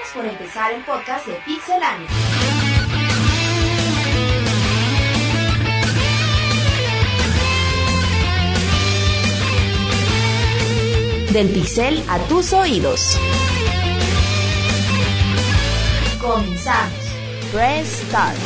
Gracias por empezar el podcast de Pixelania. Del pixel a tus oídos. Comenzamos. Press Start.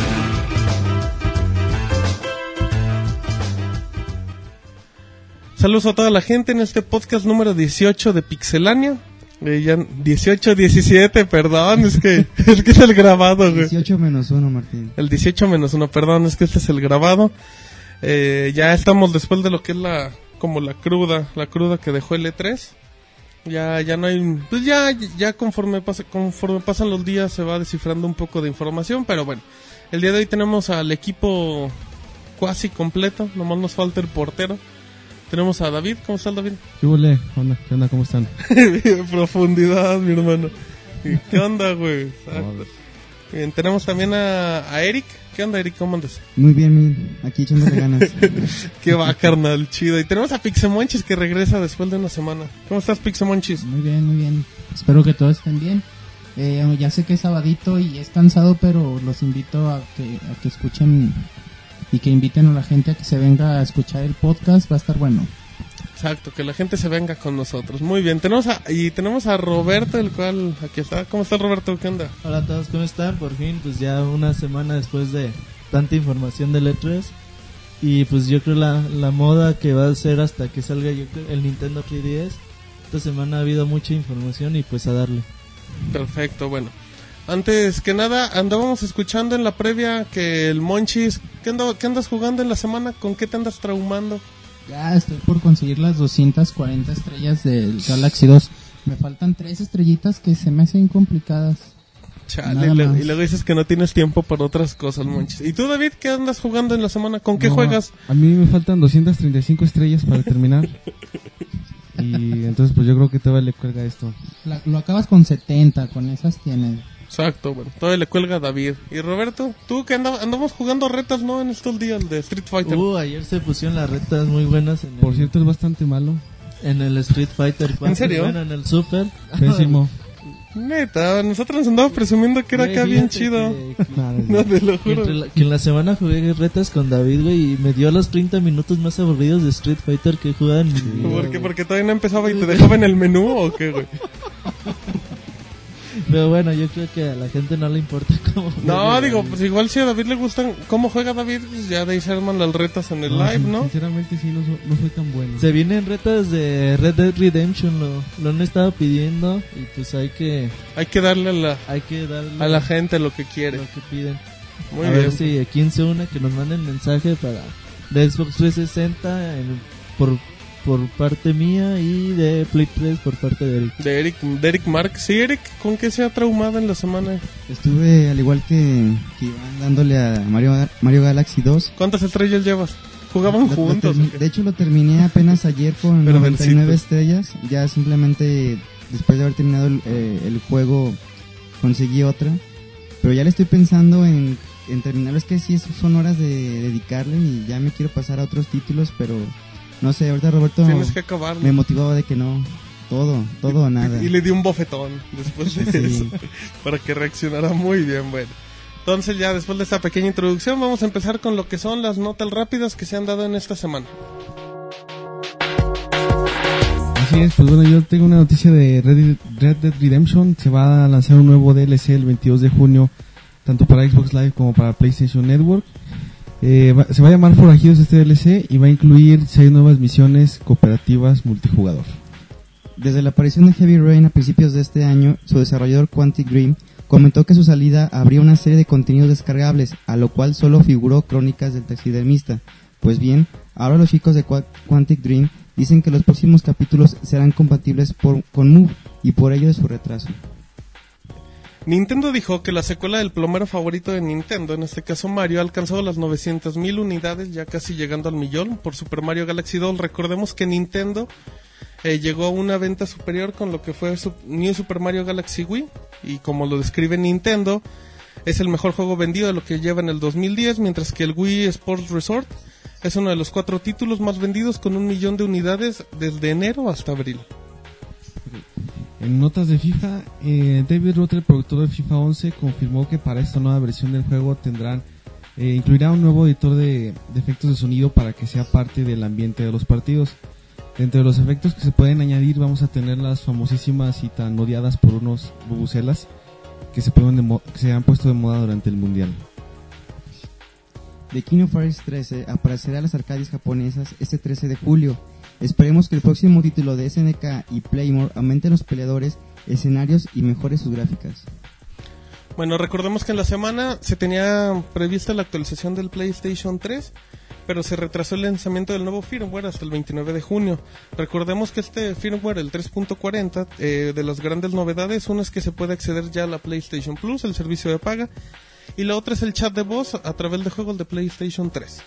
Saludos a toda la gente en este podcast número 18 de Pixelania. Ya 18, 17, perdón, es que es el grabado, güey. 18-1, Martín. El 18-1, perdón, es que este es el grabado. Ya estamos después de lo que es la cruda que dejó el E3. Ya no hay, pues ya conforme pasan los días se va descifrando un poco de información, pero bueno, el día de hoy tenemos al equipo casi completo, nomás nos falta el portero. Tenemos a David. ¿Cómo está el David? ¿Qué huele? ¿Qué onda? ¿Cómo están? Profundidad, mi hermano. ¿Qué onda, güey? Exacto. Bien, tenemos también a Eric. ¿Qué onda, Eric? ¿Cómo andas? Muy bien, aquí echándole ganas. Qué va, carnal, chido. Y tenemos a Pixemonchis que regresa después de una semana. ¿Cómo estás, Pixemonchis? Muy bien. Espero que todos estén bien. Ya sé que es sabadito y es cansado, pero los invito a que escuchen y que inviten a la gente a que se venga a escuchar el podcast. Va a estar bueno. Exacto, que la gente se venga con nosotros. Muy bien, tenemos a Roberto, el cual aquí está. ¿Cómo está, Roberto? ¿Qué onda? Hola a todos, ¿cómo están? Por fin, pues ya una semana después de tanta información del E3. Y pues yo creo la moda que va a ser hasta que salga el Nintendo 3DS. Esta semana ha habido mucha información y pues a darle. Perfecto, bueno. Antes que nada, andábamos escuchando en la previa que el Monchis... ¿Qué andas jugando en la semana? ¿Con qué te andas traumando? Ya estoy por conseguir las 240 estrellas del Galaxy 2. Me faltan 3 estrellitas que se me hacen complicadas. Chale, y luego dices que no tienes tiempo para otras cosas, Monchis. ¿Y tú, David, qué andas jugando en la semana? ¿Con qué juegas? A mí me faltan 235 estrellas para terminar. Y entonces pues yo creo que todavía le cuelga esto. Lo acabas con 70, con esas tienes. Exacto, bueno, todavía le cuelga a David. ¿Y Roberto? ¿Tú que andamos jugando retas, no? En estos días de Street Fighter. Ayer se pusieron las retas muy buenas. Por cierto, es bastante malo. En el Street Fighter 4. ¿En serio? Bueno, en el Super. Pésimo. Neta, nosotros nos andamos presumiendo que era acá bien chido. No, te lo juro. Que en la semana jugué retas con David, güey, y me dio los 30 minutos más aburridos de Street Fighter que jugaba en mi vida. ¿Por qué? ¿Porque todavía no empezaba y te dejaba en el menú o qué, güey? Pero bueno, yo creo que a la gente no le importa cómo juega. No, digo, pues igual si a David le gustan cómo juega David, pues ya de ahí se arman las retas en el live, ¿no? Sinceramente sí, no soy tan bueno. Se vienen retas de Red Dead Redemption, lo han estado pidiendo y pues hay que darle a la gente lo que quiere. Lo que piden. Muy a bien. ver si quien se une, que nos manden mensaje para de Xbox 360 por parte mía y de Play 3 por parte de Eric. De Eric Mark. Sí, Eric, ¿con qué se ha traumado en la semana? Estuve al igual que Iván dándole a Mario Galaxy 2. ¿Cuántas estrellas llevas? ¿Jugaban juntos? De hecho lo terminé apenas ayer con 99 estrellas. Ya simplemente después de haber terminado el juego conseguí otra. Pero ya le estoy pensando en terminarlo. Es que sí son horas de dedicarle y ya me quiero pasar a otros títulos, pero... No sé, ahorita Roberto tienes que acabarlo. Me motivaba de que no, todo o nada. Y le di un bofetón después de eso, para que reaccionara muy bien, bueno. Entonces ya después de esta pequeña introducción vamos a empezar con lo que son las notas rápidas que se han dado en esta semana. Así es, pues bueno, yo tengo una noticia de Red Dead Redemption. Se va a lanzar un nuevo DLC el 22 de junio, tanto para Xbox Live como para PlayStation Network. Se va a llamar Forajidos este DLC y va a incluir 6 nuevas misiones cooperativas multijugador. Desde la aparición de Heavy Rain a principios de este año, su desarrollador Quantic Dream comentó que su salida habría una serie de contenidos descargables, a lo cual solo figuró Crónicas del Taxidermista. Pues bien, ahora los chicos de Quantic Dream dicen que los próximos capítulos serán compatibles con Move y por ello es su retraso. Nintendo dijo que la secuela del plomero favorito de Nintendo, en este caso Mario, ha alcanzado las 900,000 unidades, ya casi llegando al millón por Super Mario Galaxy 2. Recordemos que Nintendo llegó a una venta superior con lo que fue New Super Mario Galaxy Wii, y como lo describe Nintendo, es el mejor juego vendido de lo que lleva en el 2010, mientras que el Wii Sports Resort es uno de los 4 títulos más vendidos con 1 millón de unidades desde enero hasta abril. En notas de FIFA, David Roth, el productor de FIFA 11, confirmó que para esta nueva versión del juego incluirá un nuevo editor de efectos de sonido para que sea parte del ambiente de los partidos. Entre los efectos que se pueden añadir vamos a tener las famosísimas y tan odiadas por unos bubucelas que se han puesto de moda durante el mundial. The King of Fighters 13 aparecerá en las arcades japonesas este 13 de julio. Esperemos que el próximo título de SNK y Playmore aumenten los peleadores, escenarios y mejore sus gráficas. Bueno, recordemos que en la semana se tenía prevista la actualización del PlayStation 3, pero se retrasó el lanzamiento del nuevo firmware hasta el 29 de junio. Recordemos que este firmware, el 3.40, de las grandes novedades, una es que se puede acceder ya a la PlayStation Plus, el servicio de paga, y la otra es el chat de voz a través de juegos de PlayStation 3.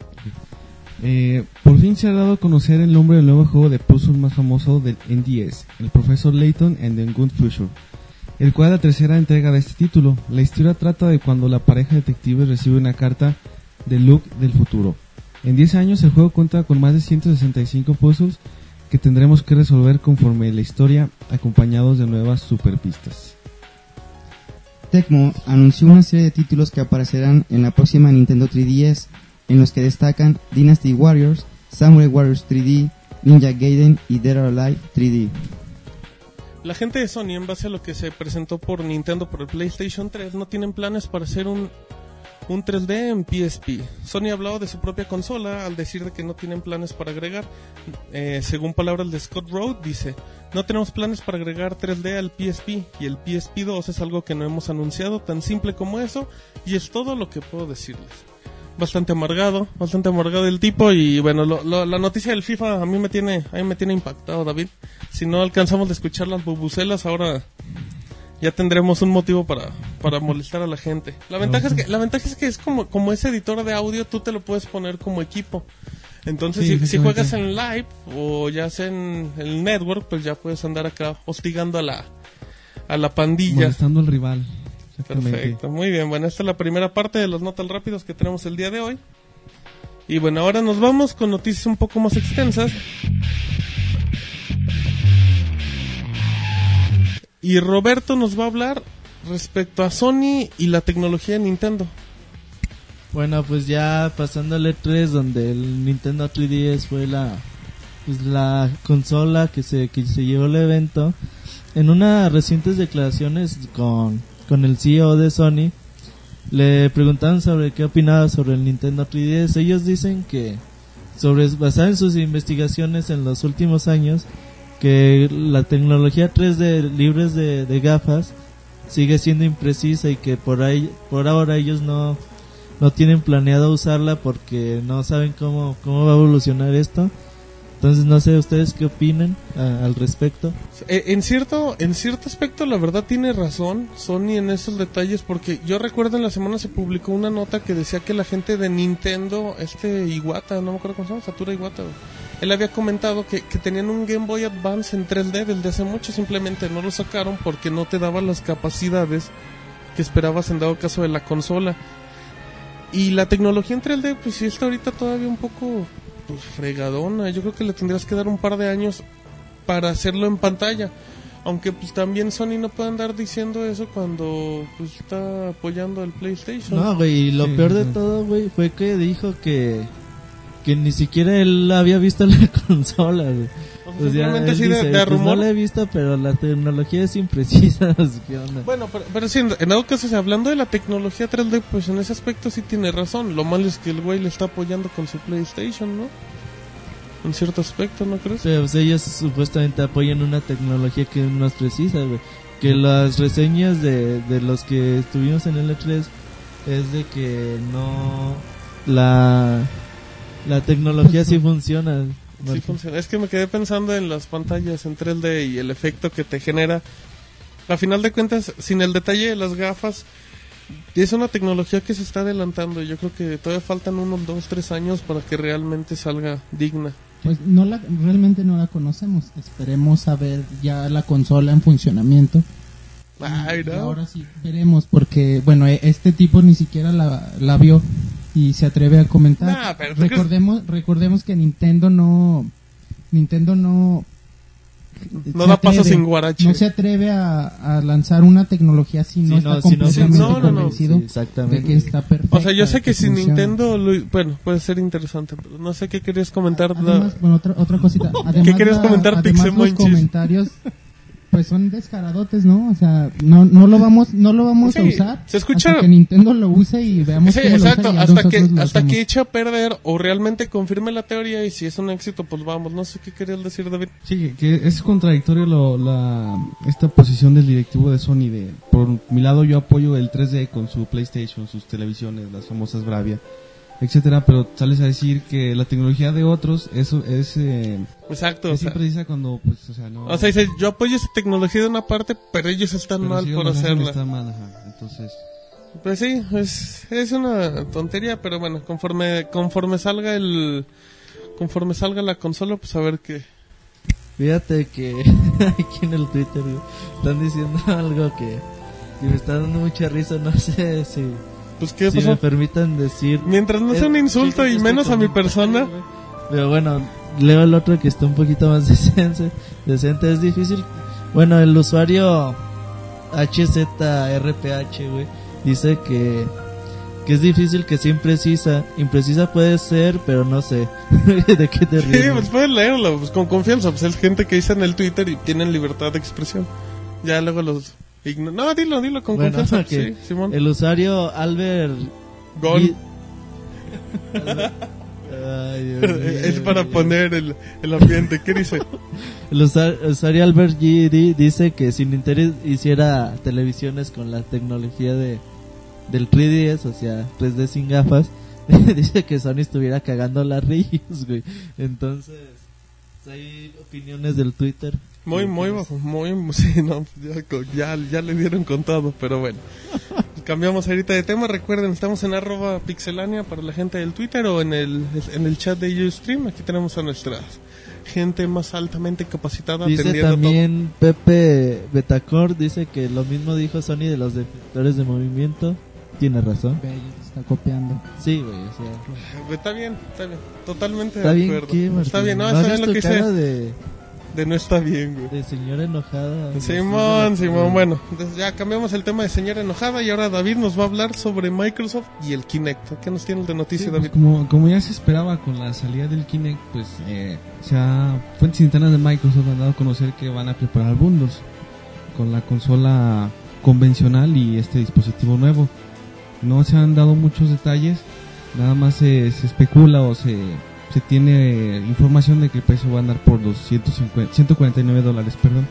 Por fin se ha dado a conocer el nombre del nuevo juego de puzzle más famoso del NDS, el Professor Layton and the Good Future, el cual es la tercera entrega de este título. La historia trata de cuando la pareja de detectives recibe una carta de Luke del futuro. En 10 años el juego cuenta con más de 165 puzzles que tendremos que resolver conforme la historia, acompañados de nuevas superpistas. Tecmo anunció una serie de títulos que aparecerán en la próxima Nintendo 3DS, en los que destacan Dynasty Warriors, Samurai Warriors 3D, Ninja Gaiden y Dead or Alive 3D. La gente de Sony, en base a lo que se presentó por Nintendo por el PlayStation 3, no tienen planes para hacer un 3D en PSP. Sony ha hablado de su propia consola al decir de que no tienen planes para agregar. Según palabras de Scott Rowe, dice: no tenemos planes para agregar 3D al PSP, y el PSP 2 es algo que no hemos anunciado, tan simple como eso, y es todo lo que puedo decirles. Bastante amargado el tipo. Y bueno, la noticia del FIFA a mí me tiene impactado, David. Si no alcanzamos de escuchar las bubucelas, ahora ya tendremos un motivo para molestar a la gente. La ventaja es que es como ese editor de audio, tú te lo puedes poner como equipo. Entonces, sí, si juegas en live o ya sea en el network, pues ya puedes andar acá hostigando a la pandilla. Molestando al rival. Perfecto, muy bien. Bueno, esta es la primera parte de los notas rápidos que tenemos el día de hoy. Y bueno, ahora nos vamos con noticias un poco más extensas. Y Roberto nos va a hablar respecto a Sony y la tecnología de Nintendo. Bueno, pues ya pasando al E3, donde el Nintendo 3DS fue la consola que se llevó el evento. En unas recientes declaraciones con el CEO de Sony, le preguntaron sobre qué opinaba sobre el Nintendo 3DS. Ellos dicen que, basado en sus investigaciones en los últimos años, que la tecnología 3D libres de gafas sigue siendo imprecisa y que por ahora ellos no tienen planeado usarla porque no saben cómo va a evolucionar esto. Entonces no sé ustedes qué opinan al respecto. En cierto aspecto la verdad tiene razón Sony en esos detalles, porque yo recuerdo en la semana se publicó una nota que decía que la gente de Nintendo, Iwata, no me acuerdo cómo se llama, Satoru Iwata, él había comentado que tenían un Game Boy Advance en 3D desde hace mucho, simplemente no lo sacaron porque no te daba las capacidades que esperabas en dado caso de la consola. Y la tecnología en 3D pues sí está ahorita todavía un poco pues fregadona. Yo creo que le tendrías que dar un par de años para hacerlo en pantalla, aunque pues también Sony no puede andar diciendo eso cuando pues está apoyando al PlayStation. No, güey, y lo peor de todo, güey, fue que dijo que ni siquiera él había visto la consola, güey. O sea, simplemente así de rumor. No la he visto, pero la tecnología es imprecisa. ¿Qué onda? Bueno, pero sí, en dado caso, hablando de la tecnología 3D, pues en ese aspecto sí tiene razón. Lo malo es que el güey le está apoyando con su PlayStation, ¿no? En cierto aspecto, ¿no crees? Pero pues ellos supuestamente apoyan una tecnología que no es precisa, güey. Que las reseñas de los que estuvimos en el E3 es de que no... La tecnología sí funciona. Sí funciona. Es que me quedé pensando en las pantallas en 3D y el efecto que te genera. A final de cuentas, sin el detalle de las gafas, es una tecnología que se está adelantando. Yo creo que todavía faltan unos 2-3 años para que realmente salga digna. Pues realmente no la conocemos. Esperemos a ver ya la consola en funcionamiento. Ay, no. Y ahora sí veremos, porque bueno, este tipo ni siquiera la vio y se atreve a comentar. Nah, pero recordemos que Nintendo no No da paso sin guarache. No se atreve a lanzar una tecnología si no está completamente convencido sí, exactamente. de que está perfecta. O sea, yo sé que si funciona. Nintendo, bueno, puede ser interesante, pero no sé qué querías comentar. Además, bueno, otra cosita. Además, ¿Qué querías comentar, además los Pixemonchis? comentarios pues son descaradotes, ¿no? O sea, no lo vamos Sí, a usar se escucha- hasta que Nintendo lo use y veamos Sí, cómo exacto, lo usa y hasta nosotros lo que hacemos. eche a perder o realmente confirme la teoría, y si es un éxito, pues vamos. No sé qué querías decir, David. Sí, que es contradictorio esta posición del directivo de Sony de, por mi lado yo apoyo el 3D con su PlayStation, sus televisiones, las famosas Bravia, etcétera, pero sales a decir que la tecnología de otros eso es Exacto, o es sea, imprecisa cuando pues no. o sea, dice, yo apoyo esa tecnología de una parte, pero ellos están pero mal sí, por lo hacen, hacerla. está mal, ajá. Entonces, Pues sí, es una tontería, pero bueno, conforme salga la consola, pues a ver qué. Fíjate que aquí en el Twitter güey, están diciendo algo que me está dando mucha risa, no sé si Pues qué me pasó. permitan decir. Mientras no sea un insulto y menos a mi persona. Pero bueno, leo el otro que está un poquito más decente. Es difícil. Bueno, el usuario HZRPH, güey, dice que es difícil que sea imprecisa. Imprecisa puede ser, pero no sé. ¿De qué te Sí, ríes? pues pueden leerlo pues, con confianza. Pues es gente que dice en el Twitter y tienen libertad de expresión. Ya luego los no, dilo con Bueno, confianza. que Sí, Simón. el usuario Albert Gol. Ay, Dios mío, Es para Dios. poner el ambiente. ¿Qué dice? El usuario Albert GD dice que si Nintendo hiciera televisiones con la tecnología del 3DS, o sea, 3D sin gafas, dice que Sony estuviera cagando las ríos, güey. Entonces, hay opiniones del Twitter. Muy bajo, sí, no, ya le dieron con todo, pero bueno. Cambiamos ahorita de tema. Recuerden, estamos en @pixelania para la gente del Twitter o en el chat de Ustream. Aquí tenemos a nuestra gente más altamente capacitada Dice atendiendo también Pepe Betacor, dice que lo mismo dijo Sony de los detectores de movimiento. Tiene razón. Ve, está copiando. Sí, güey, o sea, todo. Está bien, totalmente está de bien acuerdo. que Está bien, no, hagas está bien lo tu que cara dice de no está bien, güey. de señora enojada. Simón, bueno, entonces ya cambiamos el tema de señora enojada y ahora David nos va a hablar sobre Microsoft y el Kinect. ¿Qué nos tienes de noticia, sí, David? pues como ya se esperaba con la salida del Kinect, pues fuentes internas de Microsoft han dado a conocer que van a preparar bundles con la consola convencional y este dispositivo nuevo. No se han dado muchos detalles, nada más se especula o se tiene información de que el precio va a andar por los $149, perdón.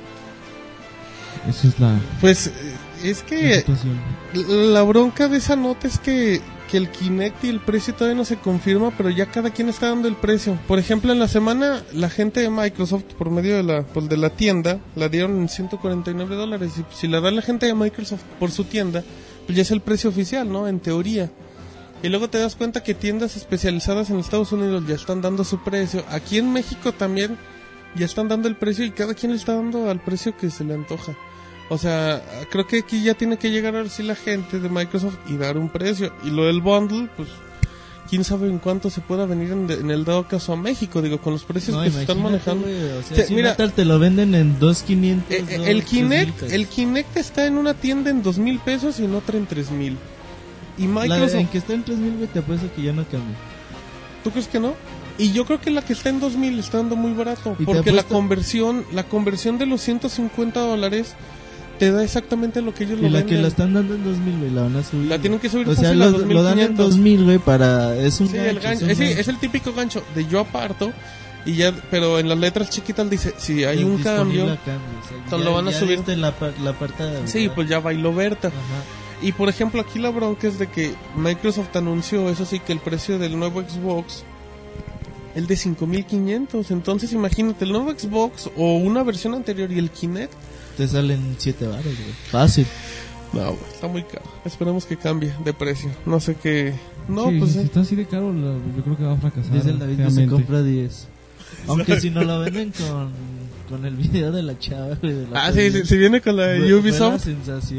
Esa es la, Pues es la que situación. la bronca de esa nota es que el Kinect y el precio todavía no se confirma, pero ya cada quien está dando el precio. Por ejemplo, en la semana la gente de Microsoft por medio de la tienda la dieron en $149 y si la da la gente de Microsoft por su tienda, pues ya es el precio oficial, ¿no? En teoría. Y luego te das cuenta que tiendas especializadas en Estados Unidos ya están dando su precio. Aquí en México también ya están dando el precio y cada quien le está dando al precio que se le antoja. O sea, creo que aquí ya tiene que llegar ahora sí la gente de Microsoft y dar un precio. Y lo del bundle, pues, quién sabe en cuánto se pueda venir en el dado caso a México, digo, con los precios que se están manejando. Güey, o sea, Sí, si mira, Natal te lo venden en 2,500. el Kinect está en una tienda en 2,000 pesos y en otra en 3,000. Y Microsoft, en que está en 3,000, güey, te apuesto que ya no cambia. ¿tú crees que no? Y yo creo que la que está en 2,000 está dando muy barato, Y te porque la apuesto- conversión de los $150 te da exactamente lo que ellos Y lo la venden. que la están dando en 2,000, güey, la van a subir. La tienen que subir O sea, fácil a lo dan en 2,000, güey, para... Es un Sí, gancho, el gancho, un sí, gancho. es el típico gancho de yo aparto y ya, pero en las letras chiquitas dice si hay un Disponible cambio, a cambio, o sea, entonces lo van a ya subir. diste la apartada. sí, ¿verdad? pues ya bailó Berta. Ajá. Y por ejemplo aquí la bronca es de que Microsoft anunció, eso sí, que el precio del nuevo Xbox el de 5,500, entonces imagínate el nuevo Xbox o una versión anterior y el Kinect. Te salen $7, güey. Fácil. No, güey, está muy caro. Esperemos que cambie de precio. No sé qué. No, Sí, pues si está así de caro, yo creo que va a fracasar. Dice el David que se feamente. compra 10. Aunque si no lo venden con el video de la chava, güey. De la sí, si viene con la Fue la Ubisoft. sensación.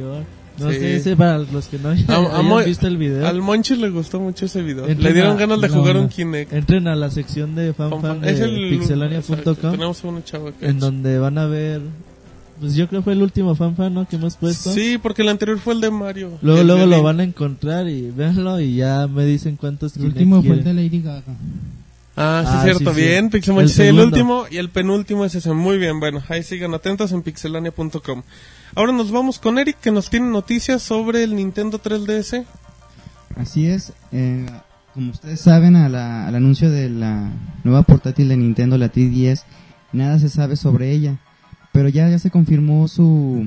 No Sí. sé, ese para los que no hayan visto el video. Al Monchi le gustó mucho ese video. Entren Le dieron a- ganas de la jugar onda. un Kinect. Entren a la sección de FanFan de Es el pixelania.com, exacto, tenemos un chavo que en donde van a ver, pues yo creo que fue el último FanFan, ¿no?, que hemos puesto. Sí, porque el anterior fue el de Mario. Luego, El luego de lo Link. van a encontrar y véanlo y ya me dicen cuántos El Kinect último fue el quieren. de Lady Gaga. Ah, sí, Ah, cierto, sí, sí. bien, Pixelmonchi. El Sí, el segundo. último y el penúltimo es ese. Muy bien, bueno, ahí sigan atentos en pixelania.com. Ahora nos vamos con Eric, que nos tiene noticias sobre el Nintendo 3DS. Así es, como ustedes saben, al anuncio de la nueva portátil de Nintendo, la 3DS, nada se sabe sobre ella, pero ya se confirmó su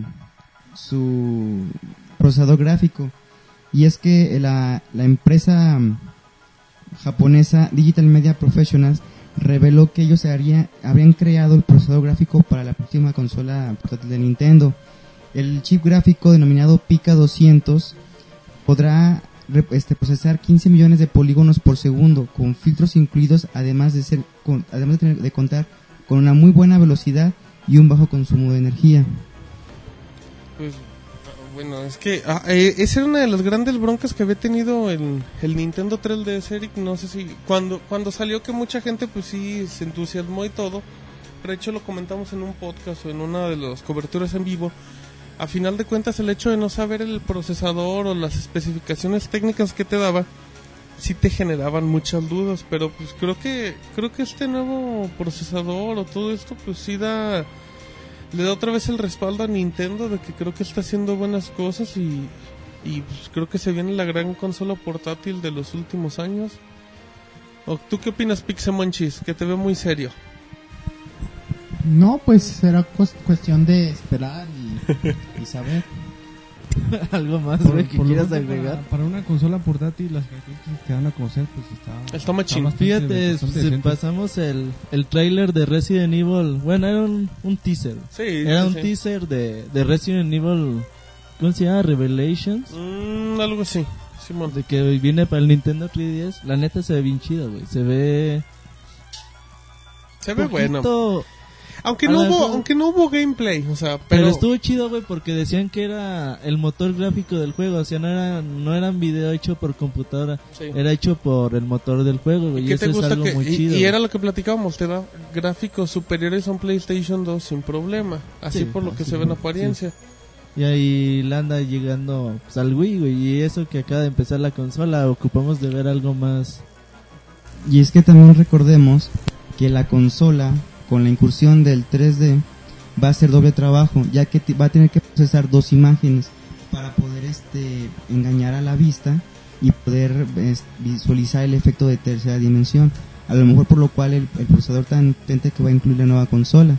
procesador gráfico, y es que la empresa japonesa Digital Media Professionals reveló que ellos habrían creado el procesador gráfico para la próxima consola portátil de Nintendo. El chip gráfico denominado Pika 200 podrá procesar 15 millones de polígonos por segundo, con filtros incluidos, además de contar con una muy buena velocidad y un bajo consumo de energía. Pues, bueno, es que esa era una de las grandes broncas que había tenido el Nintendo 3DS, Eric. No sé si cuando salió, que mucha gente pues sí se entusiasmó y todo. De hecho lo comentamos en un podcast o en una de las coberturas en vivo. A final de cuentas, el hecho de no saber el procesador o las especificaciones técnicas que te daba sí te generaban muchas dudas, pero pues creo que este nuevo procesador o todo esto pues sí le da otra vez el respaldo a Nintendo de que creo que está haciendo buenas cosas y pues creo que se viene la gran consola portátil de los últimos años. ¿O tú qué opinas, Pixemonchis? Que te veo muy serio. No, pues será cuestión de esperar y saber. Algo más Por güey, que lo quieras pronto, agregar. para una consola portátil, las características que dan a conocer, pues Está machín. bastante- Fíjate, bastante si decente. pasamos el trailer de Resident Evil. Bueno, era un teaser. Sí, Era sí, un sí. teaser de Resident Evil. ¿Cómo se llama? Revelations. Algo así, Simón. De que viene para el Nintendo 3DS. La neta se ve bien chido, güey. Se ve. Se ve bueno. poquito- Aunque A no lo hubo, mejor- aunque no hubo gameplay, o sea, Pero pero estuvo chido, güey, porque decían que era el motor gráfico del juego. O sea, no eran video hecho por computadora. sí. Era hecho por el motor del juego, güey. ¿Y Y qué eso te es gusta algo que muy y chido. era güey. lo que platicábamos, te da gráficos superiores a un PlayStation 2 sin problema, así Sí, por lo que sí, se ve en apariencia. Y ahí la anda llegando pues, al Wii, güey. Y eso que acaba de empezar la consola, ocupamos de ver algo más. Y es que también recordemos que la consola, con la incursión del 3D, va a hacer doble trabajo, ya que va a tener que procesar dos imágenes para poder engañar a la vista y poder visualizar el efecto de tercera dimensión. A lo mejor por lo cual el procesador tan potente que va a incluir la nueva consola.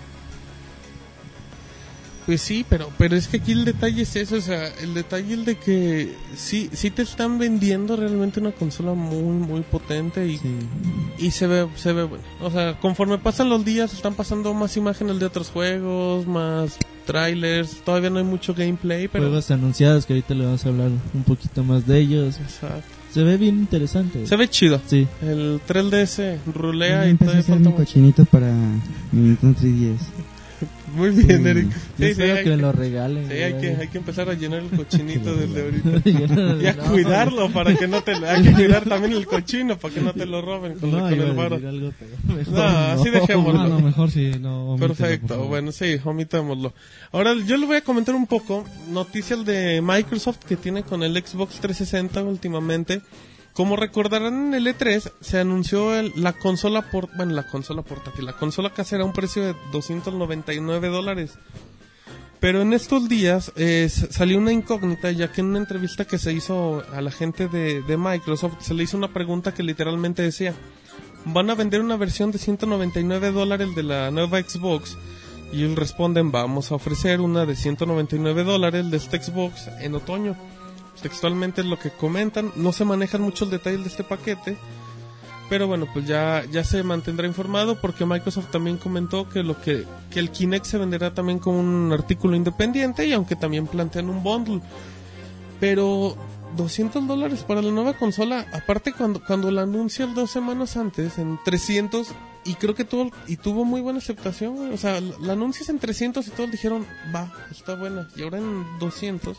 Pues sí, pero es que aquí el detalle es eso, o sea, el detalle es de que sí te están vendiendo realmente una consola muy potente y se ve bueno. O sea, conforme pasan los días están pasando más imágenes de otros juegos, más trailers, todavía no hay mucho gameplay, pero Juegos anunciados que ahorita le vamos a hablar un poquito más de ellos. exacto. Se ve bien interesante. güey. Se ve chido. Sí. El 3DS rulea Yo y empecé a todavía hacer falta mi mucho. cochinito para mi Nintendo 3DS. Muy bien, Sí. Eric. Yo Sí, espero hay que me que- lo regalen. Sí, güey. hay que empezar a llenar el cochinito desde ahorita. Yo Y a no, cuidarlo para que no te lo... Hay que cuidar también el cochino para que no te lo roben con, No, con iba el a varo. decir algo, pero mejor No, así no. dejémoslo. Ah, no, mejor sí, no. omítelo, por Perfecto, favor. bueno, sí, omitámoslo. Ahora yo le voy a comentar un poco noticias de Microsoft que tiene con el Xbox 360 últimamente. Como recordarán, en el E3 se anunció la consola portátil, la consola casera a un precio de $299. Pero en estos días salió una incógnita, ya que en una entrevista que se hizo a la gente de Microsoft se le hizo una pregunta que literalmente decía: ¿van a vender una versión de $199 de la nueva Xbox? Y ellos responden: vamos a ofrecer una de $199 de este Xbox en otoño. Textualmente es lo que comentan. No se manejan muchos detalles de este paquete, pero bueno, pues ya se mantendrá informado, porque Microsoft también comentó que que el Kinect se venderá también como un artículo independiente, y aunque también plantean un bundle. Pero $200 para la nueva consola, aparte cuando la anuncian 2 semanas antes en 300, y creo que tuvo muy buena aceptación, güey. O sea, la anuncias en 300 y todos dijeron, va, está buena, y ahora en 200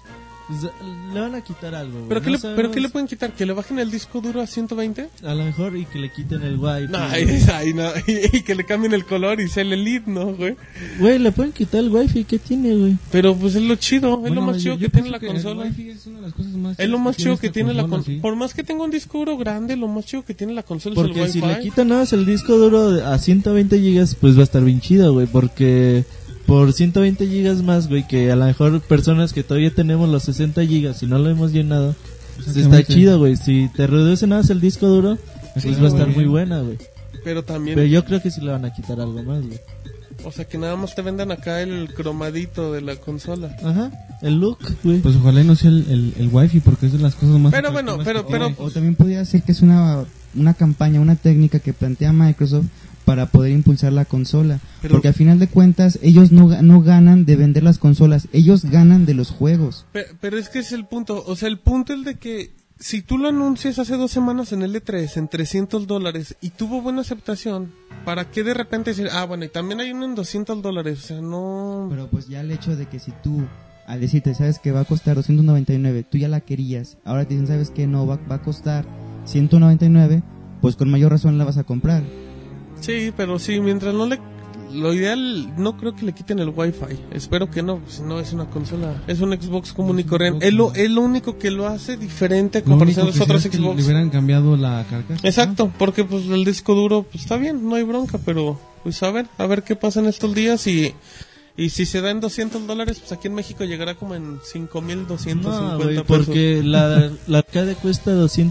Pues, le van a quitar algo, güey. ¿Pero, No ¿pero sabemos. qué le pueden quitar? ¿Que le bajen el disco duro a 120? A lo mejor y que le quiten el Wi-Fi. No, güey. no. Y que le cambien el color y sea el Elite, ¿no, güey? Güey, le pueden quitar el Wi-Fi, ¿qué tiene, güey? Pero pues es lo chido, es Bueno, lo más yo chido que tiene pienso la que consola. El Wi-Fi es una de las cosas más Es lo más chido que esta tiene la consola, consola. sí. Por más que tenga un disco duro grande, lo más chido que tiene la consola es el Porque Wi-Fi. si le quitan nada más el disco duro a 120 gigas, pues va a estar bien chido, güey. Porque por 120 gigas más, güey, que a lo mejor personas que todavía tenemos los 60 gigas y no lo hemos llenado, pues está Exactamente. chido, güey. Si te reducen nada más el disco duro, pues va a estar güey. muy buena, güey. Pero también, Pero yo creo que sí le van a quitar algo más, güey. o sea, que nada más te vendan acá el cromadito de la consola. Ajá, el look, güey. Pues ojalá y no sea el Wi-Fi, porque es de las cosas más... Pero bueno, atractivas que pero- tiene. O también podría ser que es una campaña, una técnica que plantea Microsoft para poder impulsar la consola. Pero- Porque al final de cuentas ellos no ganan de vender las consolas, ellos ganan de los juegos. Pero es que es el punto, o sea, el punto es de que si tú lo anuncias hace 2 semanas en el E3 en $300 y tuvo buena aceptación, ¿para qué de repente decir, bueno, y también hay uno en $200? O sea, no... Pero pues ya el hecho de que si tú, al decirte, sabes que va a costar 299, tú ya la querías, ahora te dicen, sabes que no, va a costar 199, pues con mayor razón la vas a comprar. Sí, pero sí, mientras no le... Lo ideal, no creo que le quiten el Wi-Fi. Espero que no, pues no es una consola. Es un Xbox común y corriente. Es lo único que lo hace diferente a Lo comparación único de los que otros sí es que Xbox. le hubieran cambiado la carcasa. Exacto, porque pues el disco duro pues está bien, no hay bronca, pero pues a ver qué pasa en estos días y si se da en $200, pues aquí en México llegará como en 5,250 No, güey, pesos. porque la arcade cuesta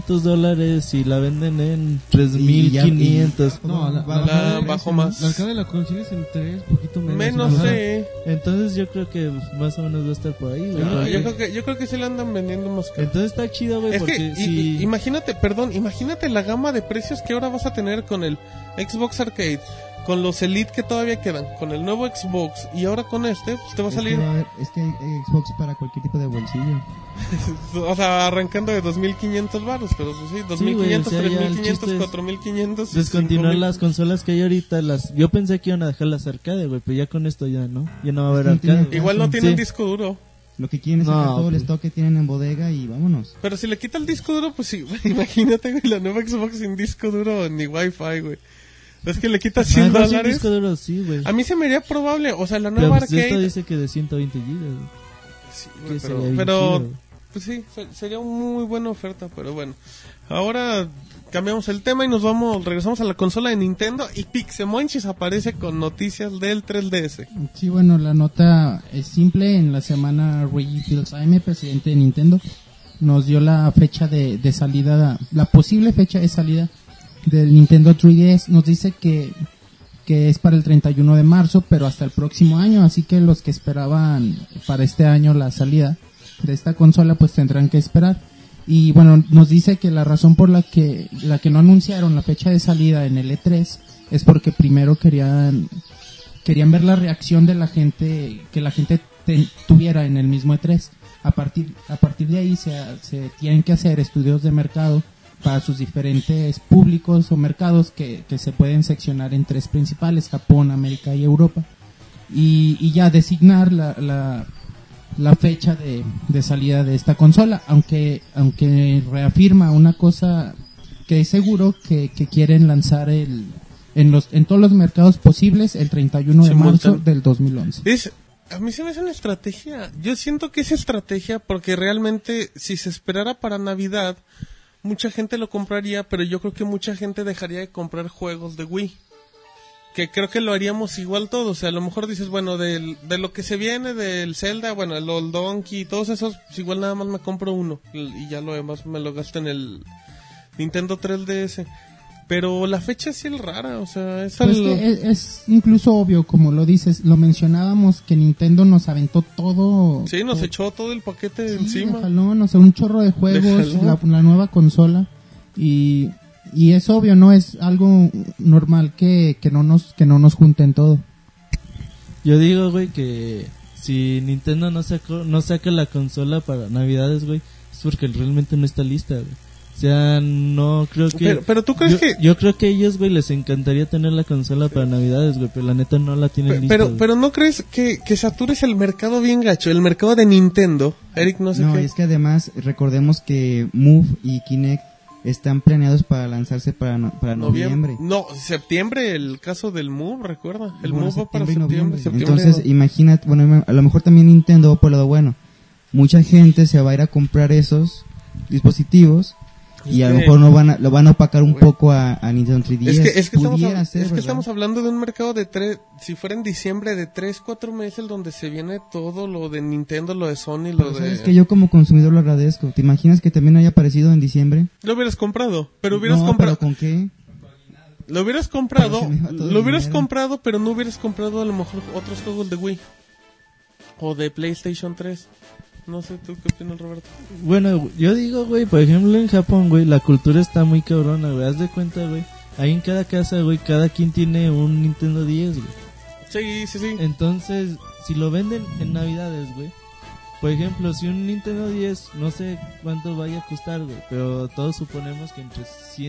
$200 y la venden en Y ya- 3,500. No, la La bajó más. La arcade la consigues en 3, poquito menos. Menos, Ajá. Entonces yo creo que más o menos va a estar por ahí, güey. No, porque- yo creo que se le andan vendiendo más caro. Entonces está chido, güey, Es porque que si... imagínate la gama de precios que ahora vas a tener con el Xbox Arcade, con los Elite que todavía quedan, con el nuevo Xbox y ahora con este, pues te va a salir, Es que hay Xbox para cualquier tipo de bolsillo. o sea, arrancando de 2,500 baros, pero pues sí, 2,500, Sí, güey, o sea, ya el 3,500, chiste es 4,500. descontinuar 5,000. las consolas que hay ahorita, yo pensé que iban a dejar las arcade, güey, pero ya con esto ya no va a haber No tiene- arcade. güey. Igual no tiene Sí. un disco duro. Lo que quieren es sacar No, todo el pues. stock que tienen en bodega y vámonos. Pero si le quita el disco duro, pues sí, güey, imagínate, güey, la nueva Xbox sin disco duro ni Wi-Fi, güey. Es que le quita Ah, $100. no, sí, disco duro, sí, güey. A mí se me haría probable, o sea, la Pero nueva pues esto arcade. dice que de 120 gigas, güey. Sí, que güey, sería bien pero chido, güey. pues sí, sería una muy buena oferta, pero bueno. Ahora cambiamos el tema y regresamos a la consola de Nintendo y Pixemonchis aparece con noticias del 3DS. Sí, bueno, la nota es simple. En la semana Reggie Fils-Aime, presidente de Nintendo, nos dio la fecha de salida, la posible fecha de salida del Nintendo 3DS. Nos dice que es para el 31 de marzo, pero hasta el próximo año, así que los que esperaban para este año la salida de esta consola pues tendrán que esperar. Y bueno, nos dice que la razón por la que no anunciaron la fecha de salida en el E3 es porque primero querían ver la reacción de la gente, que la gente tuviera en el mismo E3. A partir de ahí se tienen que hacer estudios de mercado para sus diferentes públicos o mercados que se pueden seccionar en 3 principales: Japón, América y Europa, y ya designar la fecha de salida de esta consola, aunque reafirma una cosa que es seguro, que quieren lanzar en todos los mercados posibles el 31 de marzo del 2011. A mí se me hace una estrategia. Yo siento que es estrategia porque realmente si se esperara para Navidad, mucha gente lo compraría, pero yo creo que mucha gente dejaría de comprar juegos de Wii. Que creo que lo haríamos igual todos. O sea, a lo mejor dices, bueno, de lo que se viene del Zelda, bueno, el Old Donkey y todos esos, pues igual nada más me compro uno. Y ya lo demás me lo gasto en el Nintendo 3DS. Pero la fecha sí es rara, o sea, es Pues algo... que es incluso obvio, como lo dices, lo mencionábamos, que Nintendo nos aventó todo. Sí, nos echó todo el paquete Sí, encima. de jalón, o sea, un chorro de juegos, De jalón. la nueva consola, y es obvio, no es algo normal que no nos junten todo. Yo digo, güey, que si Nintendo no saca la consola para Navidades, güey, es porque realmente no está lista, güey. O sea, no creo que... Pero tú crees que... Yo creo que a ellos, güey, les encantaría tener la consola para Navidades, güey, pero la neta no la tienen lista. güey. Pero ¿no crees que satures el mercado bien gacho? El mercado de Nintendo, Eric, no sé No, qué. es que además recordemos que Move y Kinect están planeados para lanzarse para noviembre. No, septiembre, el caso del Move, recuerda. El Bueno, Move va para septiembre y septiembre. noviembre. septiembre. Entonces, imagínate, bueno, a lo mejor también Nintendo, por lo lado bueno, mucha gente se va a ir a comprar esos dispositivos y a lo mejor lo van a opacar un poco a Nintendo 3DS. Es que Pudiera ser, ¿verdad? estamos hablando de un mercado de si fuera en diciembre, de 3-4 meses donde se viene todo lo de Nintendo, lo de Sony, lo Pero de... sabes que yo como consumidor lo agradezco. ¿Te imaginas que también haya aparecido en diciembre? Lo hubieras comprado, pero hubieras No, comprado... ¿pero con qué? Lo hubieras comprado, Pero se me va todo el lo hubieras dinero. comprado, pero no hubieras comprado a lo mejor otros juegos de Wii. O de PlayStation 3. No sé, ¿tú qué opinas, Roberto? Bueno, yo digo, güey, por ejemplo en Japón, güey, la cultura está muy cabrona, güey. Haz de cuenta, güey. Ahí en cada casa, güey, cada quien tiene un Nintendo 10, güey. Sí. Entonces, si lo venden en Navidades, güey. Por ejemplo, si un Nintendo 10, no sé cuánto vaya a costar, güey. Pero todos suponemos que entre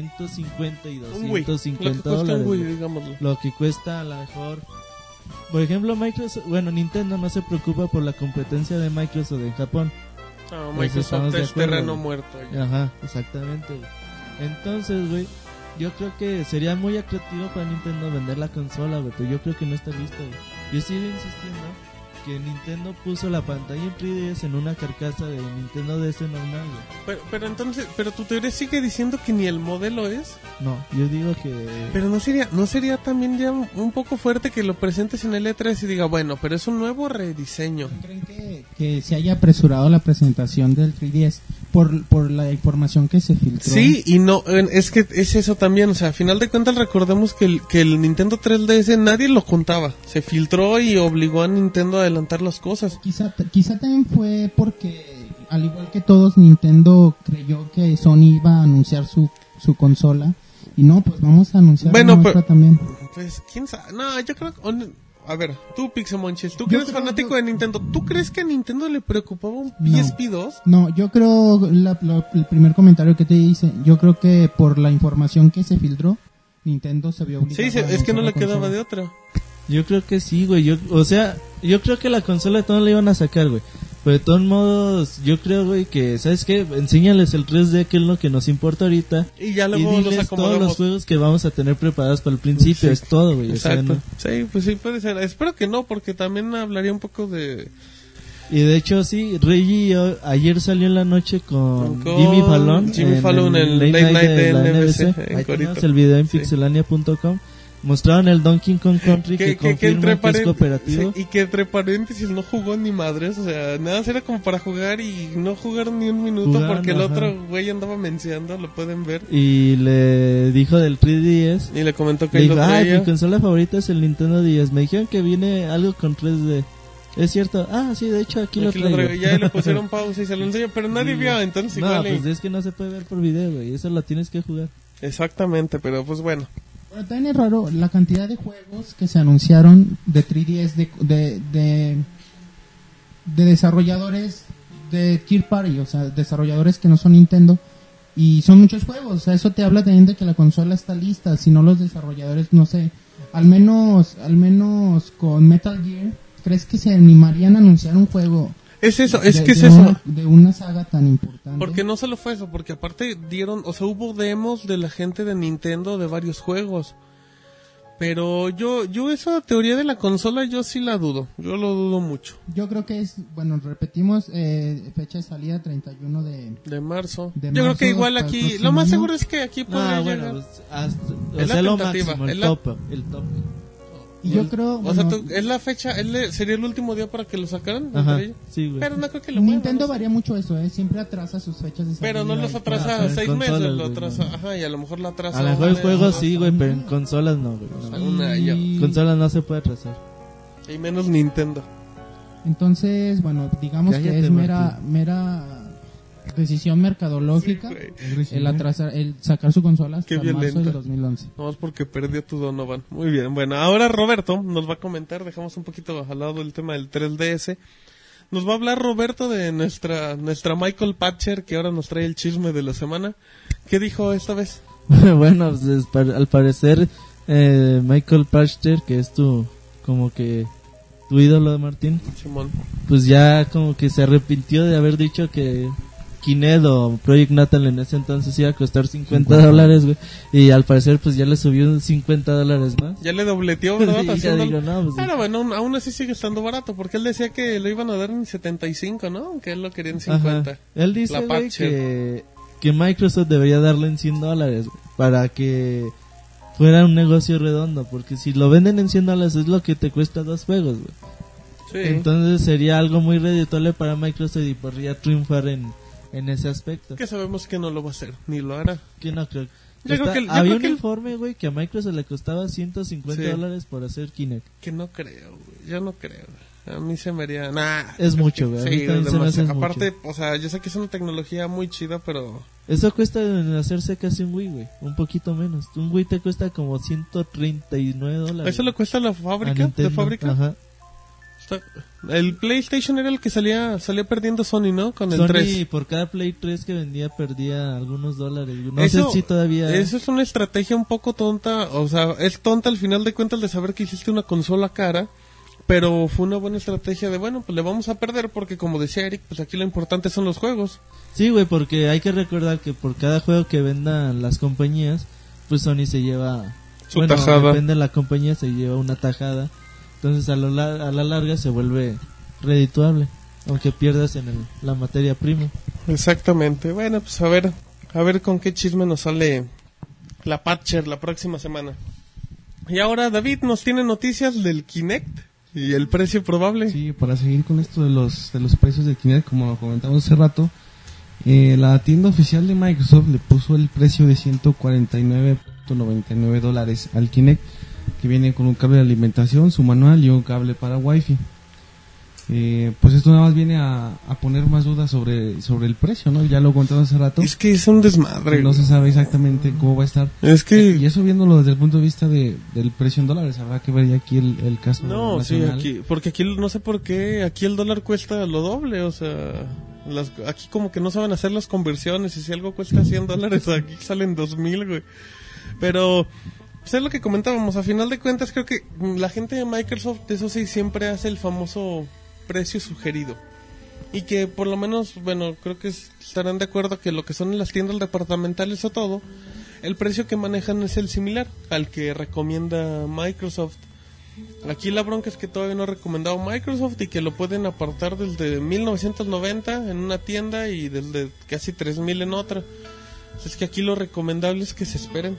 150 y Un Wii. Lo que 250 cuesta un dólares. Wii, güey. digámoslo. Lo que cuesta a lo mejor... Por ejemplo, Nintendo no se preocupa por la competencia de Microsoft en Japón. No, Pues Microsoft estamos de es acuerdo, terreno güey. muerto. Ya. Ajá, exactamente, güey. Entonces, güey, yo creo que sería muy atractivo para Nintendo vender la consola, güey, pero yo creo que no está listo, güey. Yo sigo insistiendo que Nintendo puso la pantalla en 3DS en una carcasa de Nintendo DS normal, güey. Pero entonces, pero tu teoría sigue diciendo que ni el modelo es. No, yo digo que... Pero no sería también ya un poco fuerte que lo presentes en el E3 y diga, bueno, pero es un nuevo rediseño. ¿Creen que se haya apresurado la presentación del 3DS por la información que se filtró? Sí, y no, es que es eso también, o sea, a final de cuentas recordemos que el Nintendo 3DS nadie lo contaba, se filtró y obligó a Nintendo a adelantar las cosas. Quizá también fue porque, al igual que todos, Nintendo creyó que Sony iba a anunciar su consola. Y no, pues vamos a anunciar Bueno, la nuestra también. Pues, quién sabe, no, yo creo que... A ver, tú, Pixemonchis, tú que Yo eres creo- fanático yo- de Nintendo, ¿tú crees que a Nintendo le preocupaba un No. PSP2? No, yo creo, el primer comentario que te hice, yo creo que por la información que se filtró, Nintendo se vio obligado Sí, a es que no anunciar le la quedaba consola. de otra. Yo creo que sí, güey. Yo creo que la consola de todos la iban a sacar, güey. Pero de todos modos, yo creo, güey, que, ¿sabes qué? Enséñales el 3D, que es lo que nos importa ahorita. Y ya Y luego los diles todos acomodamos. los juegos que vamos a tener preparados para el principio. Sí, es todo, güey. O sea, Exacto. no- Sí, pues sí, puede ser. Espero que no, porque también hablaría un poco de... Y de hecho, sí, Reggie ayer salió en la noche con Con Jimmy Fallon. Jimmy Fallon, el Late Night de la NBC, en Ahí Corito. tenemos el video en Sí. pixelania.com. Mostraron el Donkey Kong Country que confirma que es cooperativo. sí, y que entre paréntesis no jugó ni madres, o sea, nada, era como para jugar y no jugar ni un minuto Jugaron, porque el ajá. otro güey andaba mencionando, lo pueden ver. Y le dijo del 3DS. Y le comentó que Le ahí lo dijo, traía. mi consola favorita es el Nintendo 10. Me dijeron que viene algo con 3D. ¿Es cierto? Ah, sí, de hecho aquí lo Aquí traigo. Y ya le pusieron pausa y se lo enseñó, pero nadie Sí. vio, entonces No, igual. pues es que no se puede ver por video, güey. Eso lo tienes que jugar. Exactamente, pero pues bueno. Pero también es raro la cantidad de juegos que se anunciaron de 3DS de desarrolladores de Third Party, o sea, desarrolladores que no son Nintendo. Y son muchos juegos, o sea, eso te habla también de que la consola está lista. Si no, los desarrolladores, no sé, al menos con Metal Gear, ¿crees que se animarían a anunciar un juego? Es eso, de- es que es de eso. de una saga tan importante. Porque no solo fue eso, porque aparte dieron, o sea, hubo demos de la gente de Nintendo de varios juegos. Pero yo esa teoría de la consola yo sí la dudo, yo lo dudo mucho. Yo creo que es, bueno, repetimos, fecha de salida 31 De marzo. De Yo creo marzo que igual para el aquí, próximo lo más año. seguro es que aquí podría Ah, llegar. bueno, pues, hasta, o Es la sea, lo tentativa, máximo, es el la- top. El top. Y yo creo, O sea, bueno, es la fecha, sería el último día para que lo sacaran. Ajá, entre ellos? sí, güey. Pero no creo que lo muevan, Nintendo no sé. varía mucho eso, siempre atrasa sus fechas de salida. Pero no los y- atrasa pero en 6 consolas, meses, lo güey, atrasa, no. ajá, y a lo mejor lo atrasa. A lo mejor el un juego mes, sí, güey, pero en consolas no, güey. No. un año. Y- Consolas no se puede atrasar. Y menos Nintendo. Entonces, bueno, digamos Cállate, que es Martín. mera decisión mercadológica el sacar su consola hasta Qué marzo violenta. del 2011. No, es porque perdió tu Donovan. Muy bien, bueno, ahora Roberto nos va a comentar, dejamos un poquito al lado el tema del 3DS. Nos va a hablar Roberto de nuestra Michael Patcher, que ahora nos trae el chisme de la semana. ¿Qué dijo esta vez? Bueno, pues, al parecer Michael Patcher, que es tu como que tu ídolo, Martín, Simón. pues ya como que se arrepintió de haber dicho que Kinect o Project Natal en ese entonces iba a costar $50, güey. Y al parecer pues ya le subió un $50 más. Ya le dobleteó, ¿verdad? Sí, Así ya un digo, dol- no, pues, Pero bueno, aún así sigue estando barato, porque él decía que lo iban a dar en 75, ¿no? Aunque él lo quería en 50. ajá. Él dice, La güey, patcher. que Microsoft debería darle en $100, güey, para que fuera un negocio redondo, porque si lo venden en $100 es lo que te cuesta 2 juegos, güey. Sí. Entonces sería algo muy redituable para Microsoft y podría triunfar en ese aspecto. Que sabemos que no lo va a hacer, ni lo hará. Que no creo. Yo creo que el- yo había creo un que el- informe, güey, que a Microsoft le costaba $150 por hacer Kinect. Que no creo, güey. Yo no creo. A mí se me haría... Nah. Es mucho, güey. A mí Sí, también es se me hace demasiado. mucho. Aparte, o sea, yo sé que es una tecnología muy chida, pero... Eso cuesta en hacerse casi un Wii, güey. Un poquito menos. Un Wii te cuesta como $139. ¿Eso le cuesta a la A fábrica? ¿De Nintendo. fábrica? Ajá. El PlayStation era el que salía perdiendo Sony, ¿no? Con el Sony 3. por cada Play 3 que vendía perdía algunos dólares. No Eso- sé si todavía... Eso es una estrategia un poco tonta, o sea, es tonta al final de cuentas de saber que hiciste una consola cara, pero fue una buena estrategia de, bueno, pues le vamos a perder porque como decía Eric, pues aquí lo importante son los juegos. Sí, güey, porque hay que recordar que por cada juego que vendan las compañías, pues Sony se lleva... Su tajada. depende de la compañía, se lleva una tajada. Entonces a la larga se vuelve redituable, aunque pierdas en la materia prima. Exactamente, bueno, pues a ver con qué chisme nos sale la Patcher la próxima semana. Y ahora David nos tiene noticias del Kinect y el precio probable. Sí, para seguir con esto de los precios de Kinect, como lo comentamos hace rato, la tienda oficial de Microsoft le puso el precio de $149.99 al Kinect, que viene con un cable de alimentación, su manual y un cable para Wi-Fi. Pues esto nada más viene a poner más dudas sobre el precio, ¿no? Ya lo contamos hace rato. Es que es un desmadre. No se sabe exactamente cómo va a estar. Es que... Y eso viéndolo desde el punto de vista del precio en dólares, habrá que ver ya aquí el caso No, sí, nacional. aquí, porque aquí no sé por qué, aquí el dólar cuesta lo doble, o sea, aquí como que no saben hacer las conversiones y si algo cuesta $100, aquí salen 2,000, güey. Pero, pues es lo que comentábamos, a final de cuentas creo que la gente de Microsoft, eso sí, siempre hace el famoso precio sugerido. Y que por lo menos, bueno, creo que estarán de acuerdo que lo que son en las tiendas departamentales o todo, el precio que manejan es el similar al que recomienda Microsoft. Aquí la bronca es que todavía no ha recomendado Microsoft y que lo pueden apartar desde 1990 en una tienda y desde casi 3,000 en otra. Es que aquí lo recomendable es que se esperen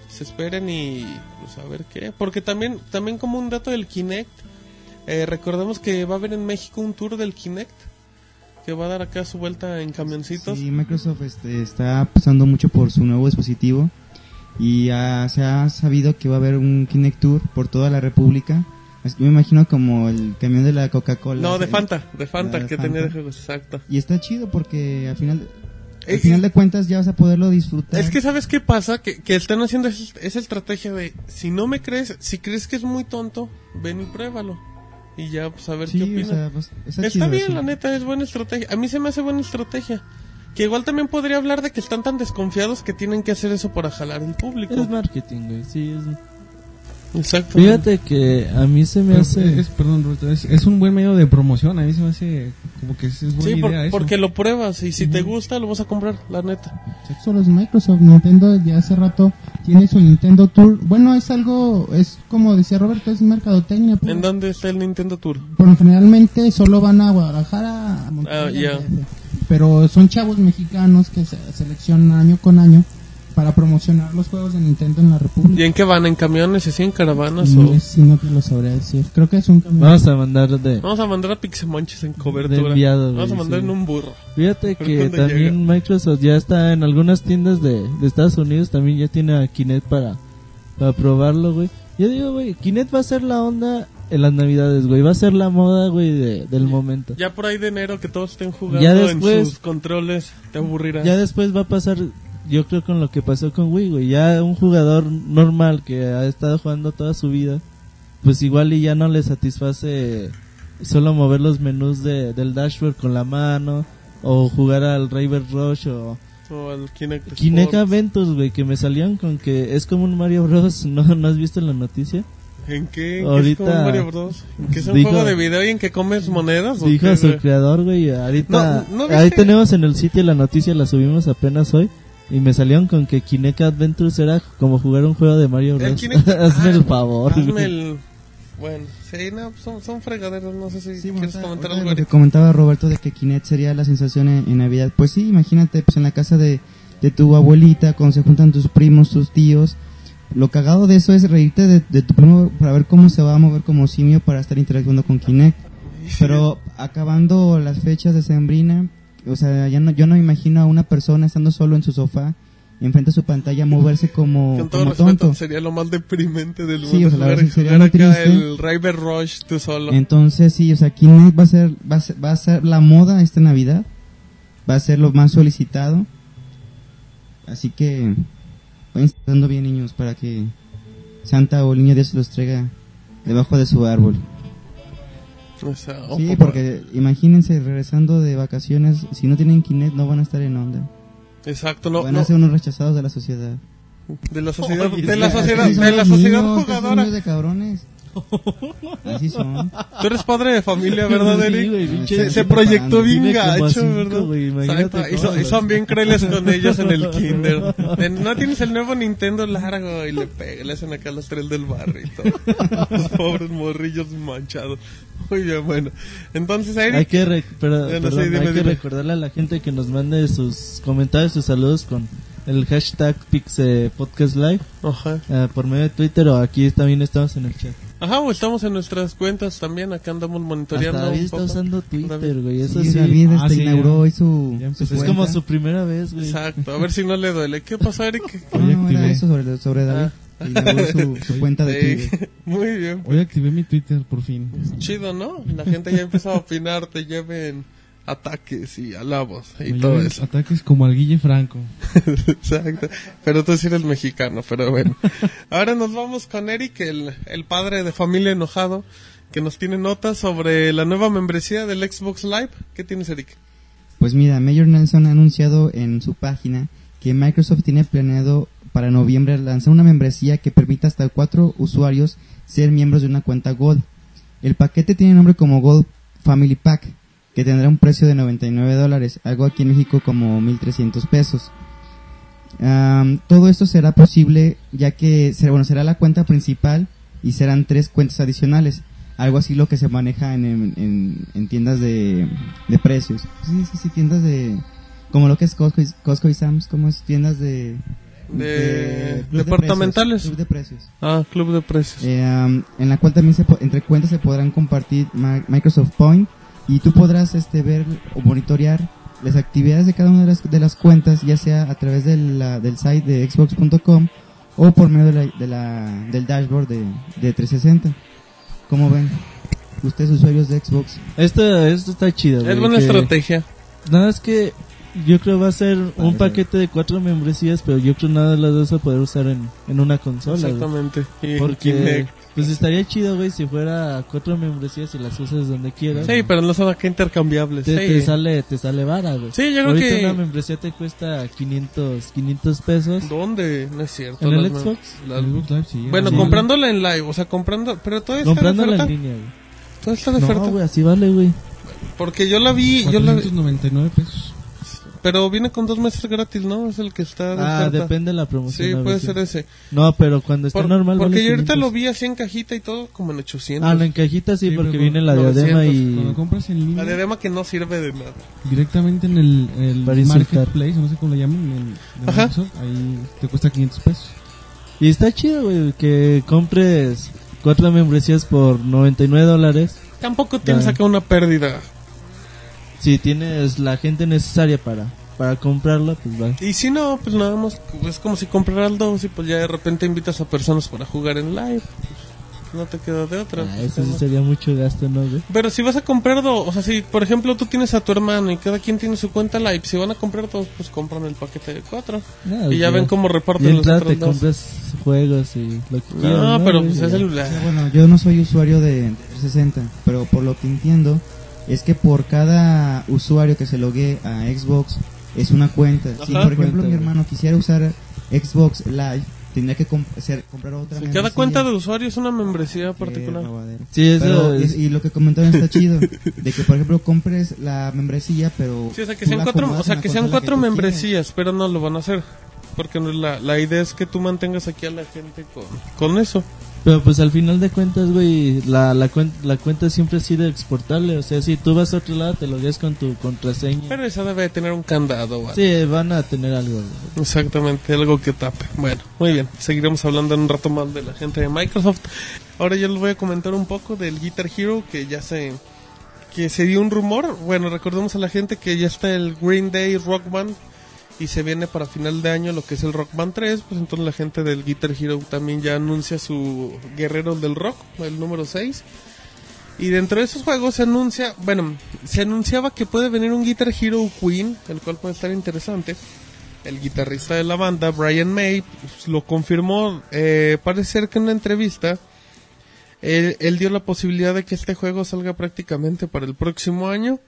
y pues a ver qué. Porque también como un dato del Kinect, recordemos que va a haber en México un tour del Kinect que va a dar acá su vuelta en camioncitos. Sí, Microsoft está apostando mucho por su nuevo dispositivo y se ha sabido que va a haber un Kinect Tour por toda la República. Yo me imagino como el camión de la Coca-Cola. No, de Fanta, de el que Fanta. tenía de juegos, exacto. Y está chido porque al final de cuentas ya vas a poderlo disfrutar. Es que ¿sabes qué pasa? Que están haciendo esa estrategia de, si no me crees, si crees que es muy tonto, ven y pruébalo. Y ya, pues a ver Sí, qué o opinas. sea, pues, Está chido, bien, sí. la neta, es buena estrategia. A mí se me hace buena estrategia. Que igual también podría hablar de que están tan desconfiados que tienen que hacer eso para jalar el público. Es marketing, güey, sí. Exacto. Fíjate que a mí se me Pero hace... perdón, Roberto, es un buen medio de promoción. A mí se me hace como que es buena Sí, idea eso. porque lo pruebas y si te gusta lo vas a comprar, la neta. Solo es Microsoft. Nintendo ya hace rato tiene su Nintendo Tour. Bueno, es como decía Roberto, es mercadotecnia. Pero, ¿En dónde está el Nintendo Tour? bueno, generalmente solo van a Guadalajara, a Monterrey, ya. al DF. Pero son chavos mexicanos que se seleccionan año con año para promocionar los juegos de Nintendo en la República. ¿Y en qué van? ¿En camiones, así en caravanas? No, o... sí, no te lo sabría decir. Creo que es un camión. Vamos a mandar de... Vamos a mandar a Pixemonches en cobertura. De enviado, Vamos a güey, mandar sí. en un burro. Fíjate Pero que ¿cuándo también Microsoft ya está en algunas tiendas de Estados Unidos, también ya tiene a Kinect para probarlo, güey. Yo digo, güey, Kinect va a ser la onda en las navidades, güey, va a ser la moda, güey, del momento. Ya por ahí de enero que todos estén jugando Ya después- en sus controles, te aburrirá. Ya después va a pasar, yo creo, con lo que pasó con Wii, güey. Ya un jugador normal que ha estado jugando toda su vida, pues igual y ya no le satisface solo mover los menús del dashboard con la mano, o jugar al River Rush, o O al Kinect Kinect Sports. Adventures, güey, que me salían con que es como un Mario Bros. ¿No has visto la noticia? ¿En qué? Ahorita ¿Qué es como Mario Bros? ¿En qué es un dijo- juego de video y en que comes monedas? ¿O Dijo qué, su güey? creador, güey, ahorita... No, ¿no ahí viste? tenemos en el sitio la noticia, la subimos apenas hoy. Y me salieron con que Kinect Adventures era como jugar un juego de Mario El Bros. Kinect- Hazme el favor. Hazme güey. el... Bueno, sí, no, son fregaderos, no sé si Sí, quieres bueno, comentar ahorita algo. lo que Eric. comentaba Roberto de que Kinect sería la sensación en Navidad. Pues sí, imagínate, pues en la casa de tu abuelita, cuando se juntan tus primos, tus tíos. Lo cagado de eso es reírte de tu primo para ver cómo se va a mover como simio para estar interactuando con Kinect. Pero acabando las fechas de Sembrina, o sea, yo no me imagino a una persona estando solo en su sofá, enfrente de su pantalla, moverse como Con todo como respeto, tonto. sería lo más deprimente del Sí, mundo. o sea, la jugar, verdad, sería jugar muy acá triste. el River Rush tú solo. Entonces sí, o sea, Kinect va a ser la moda esta Navidad, va a ser lo más solicitado, así que vayan pensando bien, niños, para que Santa o el Niño Dios se los traiga debajo de su árbol. O sea, Sí, ojo, porque imagínense regresando de vacaciones, si no tienen Kinect no van a estar en onda, exacto, no, van a no, ser unos rechazados de la sociedad. de la sociedad, Oye, de la sí, sociedad, Así son de la los sociedad niños, jugadora. niños de cabrones. Así son. Tú eres padre de familia, ¿verdad, Sí, Eric? güey, pinche- Se proyectó bien Tiene como gacho, cinco, ¿verdad? güey, imagínate Exacto, cómo y los- son bien crueles con ellos en el kinder. No tienes el nuevo Nintendo largo y le pegan, le hacen acá los tres del barrio y todo. Los pobres morrillos manchados. Muy bien, bueno. Entonces, Eric, Hay que, Bueno, perdón, sí, dime, hay que dime. recordarle a la gente que nos mande sus comentarios, sus saludos con el hashtag Podcast Live ajá. por medio de Twitter o aquí también estamos en el chat. Ajá, o estamos en nuestras cuentas también, acá andamos monitoreando Hasta David un está poco. usando Twitter, David. güey, eso Sí, sí. David sí, inauguró ya. hoy su, Ya su Es cuenta. como su primera vez, güey. Exacto, a ver si no le duele. ¿Qué pasó, Eric? No, Hoy era activé. eso sobre David. que inauguró su cuenta de Sí, Twitter. muy bien. Hoy activé mi Twitter por fin. Chido, ¿no? La gente ya empezó a opinar, te lleven ataques y alabos y Me todo llevan eso. Ataques como al Guille Franco. Exacto. Pero tú sí eres mexicano, pero bueno. Ahora nos vamos con Eric, el padre de familia enojado, que nos tiene notas sobre la nueva membresía del Xbox Live. ¿Qué tienes, Eric? Pues mira, Major Nelson ha anunciado en su página que Microsoft tiene planeado para noviembre lanzar una membresía que permita hasta 4 usuarios ser miembros de una cuenta Gold. El paquete tiene nombre como Gold Family Pack, que tendrá un precio de $99, algo aquí en México como 1,300 pesos. Todo esto será posible ya que será la cuenta principal y serán 3 cuentas adicionales, algo así lo que se maneja en tiendas de precios. Sí, tiendas de como lo que es Costco y Sam's, como es tiendas de club departamentales. Club de precios. Ah, Club de Precios. En la cual también entre cuentas se podrán compartir Microsoft Point y tú podrás ver o monitorear las actividades de cada una de las cuentas, ya sea a través del site de Xbox.com o por medio del dashboard de 360. ¿Cómo ven? Ustedes usuarios de Xbox. Esto está chido, güey. Es buena que- estrategia. Nada, es que yo creo va a ser un paquete de 4 membresías, pero yo creo nada de las vas a poder usar en una consola, güey. Exactamente. Y Porque, Kinect. pues estaría chido, güey, si fuera 4 membresías y las usas donde quieras. Sí, pero no son acá intercambiables. Te Sí. sale vara, güey. Sí, yo creo Ahorita que... una membresía te cuesta 500 pesos. ¿Dónde? No es cierto. ¿En el las- Xbox? las- El Xbox Live, sí. Bueno, Sí. comprándola en live, o sea, comprando... Pero todo está de Comprándola oferta. en línea, güey. Todo está de oferta. No, güey, así vale, güey. Porque yo la vi, 499 pesos. pero viene con 2 meses gratis, ¿no? Es el que está de Ah, oferta. depende de la promoción. Sí, a puede veces. ser ese. No, pero cuando está normal porque vale yo ahorita 500. lo vi así en cajita y todo, como en 800. Ah, no, en cajita sí, Sí, porque pero viene la 900, diadema Cuando y... compras en línea, La diadema que no sirve de nada. directamente en el Para insultar. Marketplace, no sé cómo le llaman, de Ajá. Microsoft, ahí te cuesta 500 pesos. Y está chido, güey, que compres 4 membresías por $99. Tampoco tienes Ah. acá una pérdida. Si tienes la gente necesaria para comprarla, pues va. Y si no, pues nada más, es como si compraras 2 y pues ya de repente invitas a personas para jugar en live. Pues, no te queda de otra. Ah, eso sí sería mucho gasto, ¿no, güey? Pero si vas a comprar 2, o sea, si por ejemplo tú tienes a tu hermano y cada quien tiene su cuenta live, si van a comprar 2, pues compran el paquete de 4. No, Y ya ven cómo Y reparten en los entrada otros te 2. compras juegos y lo que quieras. No, pero güey? pues es Ya. el... O sea, bueno, yo no soy usuario de 360, pero por lo que entiendo es que por cada usuario que se logue a Xbox es una cuenta. Si Ajá. por ejemplo Cuenta, mi güey. hermano quisiera usar Xbox Live, tendría que comprar otra membresía. Cada cuenta de usuario es una membresía particular. Sí, eso Pero, es- y lo que comentaban está chido, de que por ejemplo compres la membresía, pero Sí, o sea, que tú sean la cuatro, acomodas o sea, en la que sean consola 4 tú membresías, pero no lo van a hacer. Porque no es la idea es que tú mantengas aquí a la gente con eso. Pero pues al final de cuentas, güey, la cuenta siempre ha sido exportable. O sea, si tú vas a otro lado, te logueas con tu contraseña. Pero esa debe de tener un candado, güey. Sí, van a tener algo, güey. Exactamente, algo que tape. Bueno, muy bien. Seguiremos hablando en un rato más de la gente de Microsoft. Ahora yo les voy a comentar un poco del Guitar Hero que se dio un rumor. Bueno, recordemos a la gente que ya está el Green Day Rock Band y se viene para final de año lo que es el Rock Band 3, pues entonces la gente del Guitar Hero también ya anuncia su Guerrero del Rock, el número 6. Y dentro de esos juegos se anunciaba que puede venir un Guitar Hero Queen, el cual puede estar interesante. El guitarrista de la banda, Brian May, pues, lo confirmó, parece ser que en una entrevista, él dio la posibilidad de que este juego salga prácticamente para el próximo año.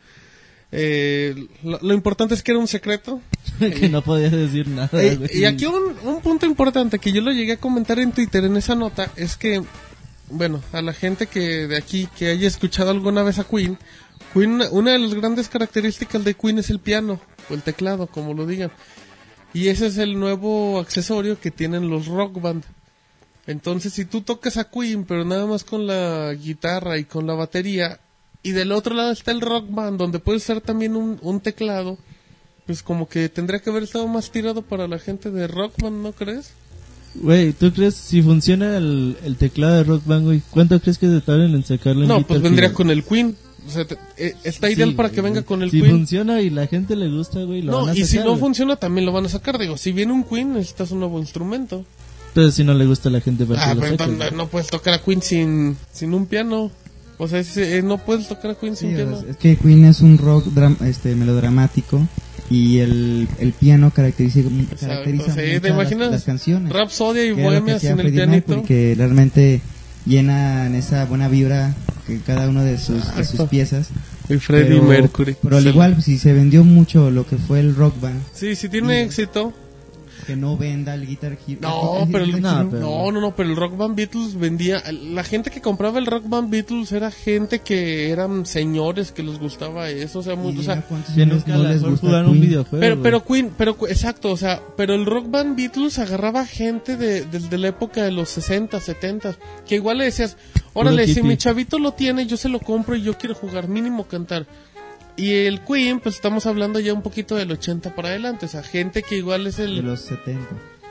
Lo importante es que era un secreto. Que no podías decir nada, güey. Y aquí un punto importante que yo lo llegué a comentar en Twitter en esa nota es que, bueno, a la gente que de aquí que haya escuchado alguna vez a Queen, una de las grandes características de Queen es el piano o el teclado, como lo digan. Y ese es el nuevo accesorio que tienen los Rock Band. Entonces, si tú tocas a Queen, pero nada más con la guitarra y con la batería, y del otro lado está el Rock Band, donde puede ser también un teclado, pues como que tendría que haber estado más tirado para la gente de Rock Band, ¿no crees? Güey, ¿tú crees si funciona el teclado de Rock Band, güey? ¿Cuánto crees que se tarden en sacarlo en No, Guitar pues vendría Hero? con el Queen. O sea, está ideal Sí, para que güey. venga con el Si Queen. funciona y la gente le gusta, güey, lo van No, a y si sacar, no güey. funciona también lo van a sacar. Digo, si viene un Queen necesitas un nuevo instrumento. Entonces si no le gusta a la gente para que lo Pero saque, güey. no puedes tocar a Queen sin un piano. O sea, no puedes tocar a Queen sin Sí, piano. es que Queen es un rock melodramático y el piano caracteriza sí, mucho ¿te imaginas? las canciones. Rhapsody y Que era lo que Bohemia hacía sin el Freddie pianito. Mercury, que realmente llenan esa buena vibra que cada uno de sus piezas. Y Freddie Mercury. Pero al Sí. igual, si se vendió mucho lo que fue el Rock Band, Sí, si tiene éxito. que no venda el Guitar Hero. No, pero el, Guitar Hero, pero el Rock Band Beatles vendía. La gente que compraba el Rock Band Beatles era gente que eran señores que les gustaba eso. O sea, y o sea, a cuántos Que niños nunca no a lo les mejor gusta jugaron un Queen. videojuego, pero güey. Queen, exacto, o sea, pero el Rock Band Beatles agarraba gente de la época de los 60, 70, que igual le decías, órale, si hippie. mi chavito lo tiene, yo se lo compro y yo quiero jugar, mínimo cantar. Y el Queen, pues estamos hablando ya un poquito del 80 para adelante, o sea, gente que igual es De el... los 70.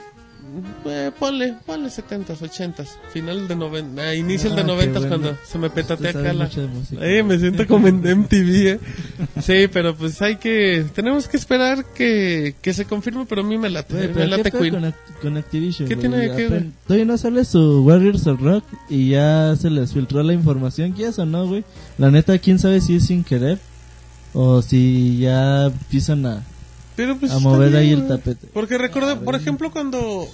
Ponle 70s, 80s, final de 90, inicios de qué 90s bueno. cuando se me petatea Usted sabe acá la... mucho de música. Me siento como en MTV, Sí, pero pues tenemos que esperar que se confirme, pero a mí me late, Güey, me pero late ¿qué pedo Queen. con Activision? ¿Qué güey? tiene que ver? Todavía no sale su Warriors of Rock y ya se les filtró la información. ¿Qué es o no, güey? La neta, quién sabe si es sin querer o si ya empiezan a Pero pues mover está ahí bien, el güey. tapete. Porque recuerdo, por ejemplo, cuando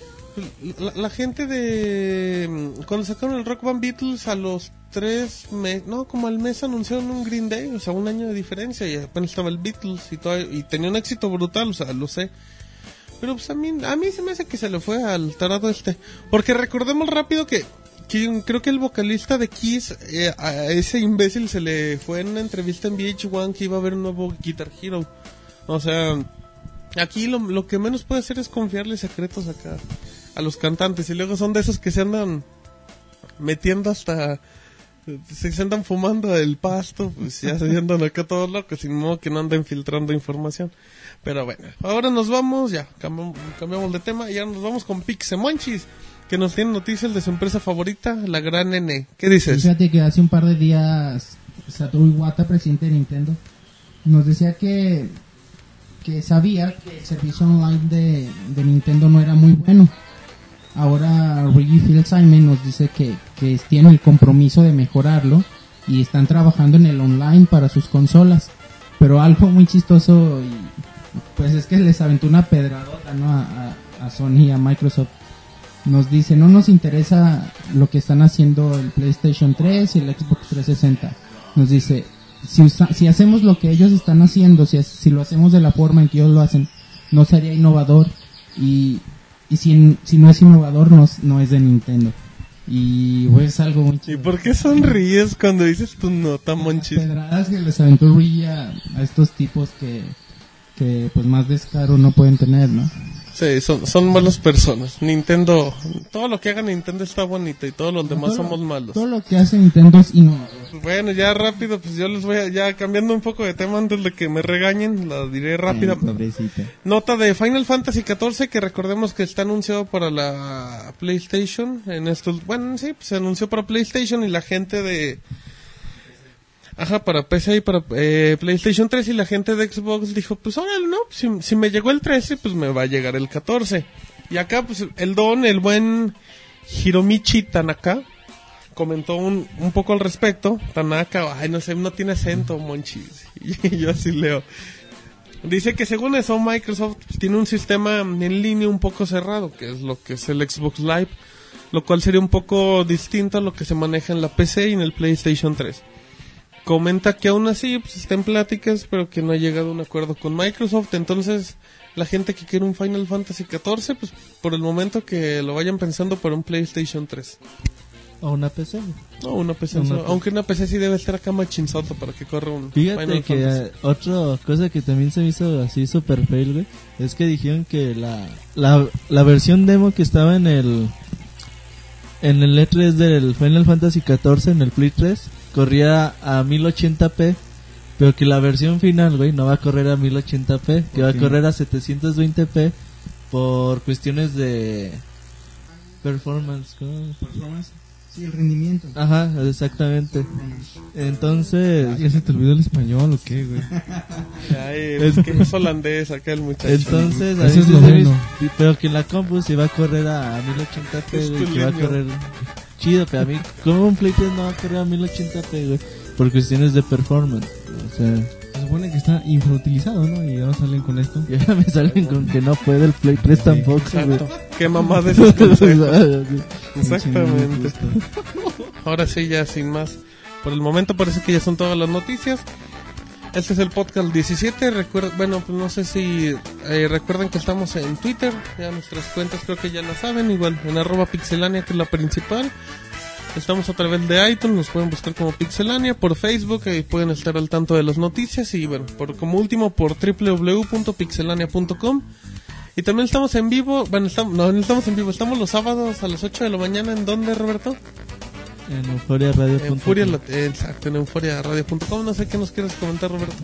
la gente cuando sacaron el Rock Band Beatles a los 3 meses, no, como al mes anunciaron un Green Day, o sea, un año de diferencia, y apenas estaba el Beatles y tenía un éxito brutal, o sea, lo sé. Pero pues a mí se me hace que se le fue al tarado porque recordemos rápido que creo que el vocalista de Kiss, a ese imbécil se le fue en una entrevista en VH1 que iba a haber un nuevo Guitar Hero. O sea, aquí lo que menos puede hacer es confiarle secretos acá a los cantantes, y luego son de esos que se andan metiendo hasta... Se andan fumando el pasto, pues ya se andan acá todos locos, sin modo que no anden filtrando información. Pero bueno, ahora nos vamos, ya cambiamos de tema, y ya nos vamos con Pixemonchis, que nos tiene noticias de su empresa favorita, la Gran N. ¿Qué dices? Fíjate que hace un par de días Satoru Iwata, presidente de Nintendo, nos decía que sabía que el servicio online de Nintendo no era muy bueno. Ahora Reggie Fils-Aimé nos dice que tiene el compromiso de mejorarlo y están trabajando en el online para sus consolas. Pero algo muy chistoso, y pues es que les aventó una pedradota, ¿no? a Sony y a Microsoft. Nos dice, no nos interesa lo que están haciendo el PlayStation 3 y el Xbox 360. Nos dice, si hacemos lo que ellos están haciendo, si lo hacemos de la forma en que ellos lo hacen, no sería innovador. Y y si no es innovador, no es de Nintendo. Y pues es algo muy chido. ¿Y por qué sonríes cuando dices tu nota, Monchis? Las pedradas que les aventó Luigi a estos tipos que pues más descaro no pueden tener, ¿no? Sí, son malas personas. Nintendo, todo lo que haga Nintendo está bonito y todos los demás somos malos. Todo lo que hace Nintendo es innovador. Bueno, ya rápido, pues yo les voy a, ya cambiando un poco de tema antes de que me regañen, la diré rápida. Pobrecita. Nota de Final Fantasy XIV, que recordemos que está anunciado para la PlayStation en estos, bueno, sí, pues se anunció para PlayStation y la gente de... Ajá, para PC y para PlayStation 3 y la gente de Xbox dijo, pues órale, ¿no? Si me llegó el 13, pues me va a llegar el 14. Y acá, pues el buen Hiromichi Tanaka, comentó un poco al respecto. Tanaka, ay, no sé, no tiene acento, Monchis. Y yo así leo. Dice que según eso, Microsoft tiene un sistema en línea un poco cerrado, que es lo que es el Xbox Live, lo cual sería un poco distinto a lo que se maneja en la PC y en el PlayStation 3. Comenta que aún así pues, está en pláticas, pero que no ha llegado a un acuerdo con Microsoft. Entonces, la gente que quiere un Final Fantasy XIV, pues por el momento que lo vayan pensando para un PlayStation 3. ¿O una PC? No, una PC. Aunque una PC sí debe estar acá machinzota para que corra un Fíjate Final que Fantasy. otra cosa que también se me hizo así super fail, güey, es que dijeron que la versión demo que estaba en el E3 del Final Fantasy XIV, en el Play 3, corría a 1080p, pero que la versión final, güey, no va a correr a 1080p, que va a correr a 720p por cuestiones de performance, ¿cómo? Sí, el rendimiento. Ajá, exactamente. Entonces, ¿Ya se te olvidó el español o qué, güey? Ay, es que es holandés acá el muchacho. entonces Ese ahí es sí lo se bueno. ve- pero que en la compu se va a correr a 1080p, güey, que va a correr chido, pero a mí, como un Play 3 no va a correr a 1080p, güey, por cuestiones de performance, o sea, Se supone que está infrautilizado, ¿no? Y ahora salen con esto. y ahora me salen con que no puede el Play 3 tampoco, güey. Exacto. Qué mamada de esos consejos. Exactamente. Ahora sí, ya sin más. Por el momento parece que ya son todas las noticias. Este es el podcast 17. Bueno, pues no sé si recuerden que estamos en Twitter. Ya nuestras cuentas creo que ya las saben. Igual en @pixelania, que es la principal. Estamos a través de iTunes, nos pueden buscar como Pixelania. Por Facebook, ahí pueden estar al tanto de las noticias. Y bueno, como último por www.pixelania.com. Y también estamos en vivo. Bueno, no estamos en vivo, estamos los sábados a las 8 de la mañana. ¿En dónde, Roberto? En euforiaradio.com. En Furia, exacto, en euforiaradio.com. No sé qué nos quieres comentar, Roberto.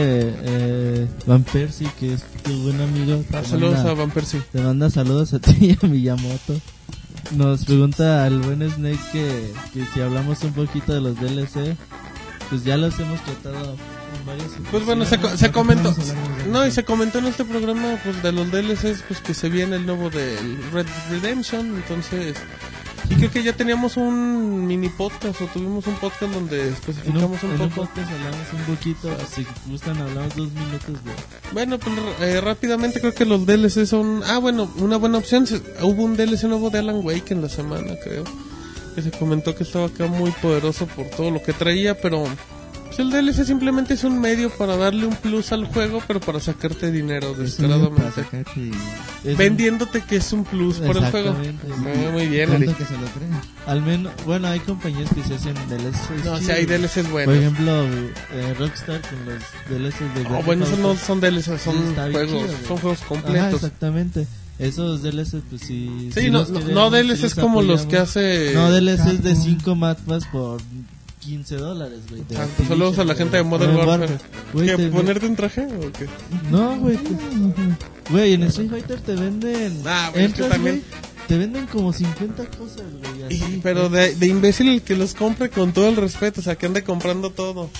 Dice Van Persie, que es tu buen amigo. Saludos a Van Persie. Te manda saludos a ti y a Miyamoto. Nos pregunta al buen Snake que si hablamos un poquito de los DLC. Pues ya los hemos tratado en varios. Pues bueno, se comentó. No, y se comentó en este programa pues de los DLCs, pues que se viene el nuevo del Red Dead Redemption. Entonces, y creo que ya teníamos un mini podcast, o tuvimos un podcast donde especificamos un en un poco. podcast hablamos un poquito. Si gustan, hablamos 2 minutos de. Bueno, pues rápidamente creo que los DLC son... Ah, bueno, una buena opción. Hubo un DLC nuevo de Alan Wake en la semana, creo. Que se comentó que estaba acá muy poderoso por todo lo que traía, pero... Pues el DLC simplemente es un medio para darle un plus al juego, pero para sacarte dinero descaradamente. Vendiéndote que es un plus por el juego. Exactamente. Muy bien, Tanto Ari. que se lo creen. Al menos, bueno, hay compañías que se hacen DLCs. No, si chidos. hay DLCs Por buenos. ejemplo, Rockstar con los DLCs de Oh, bueno, esos no son DLCs, son Está bien juegos, chido, güey. son juegos Ajá, completos. exactamente. Esos DLCs, pues sí. Sí, no DLCs como los que hace... No, DLCs de 5 mapas por $15, güey. de Ah, pues saludos a la gente de Modern Warfare. Güey, ¿Qué, te- ponerte un traje o qué? No, güey. Güey, en Street Fighter te venden. Ah, güey, es que entras, también- güey, te venden como 50 cosas, güey. Y- Así, pero de imbécil el que los compre con todo el respeto, o sea, que ande comprando todo.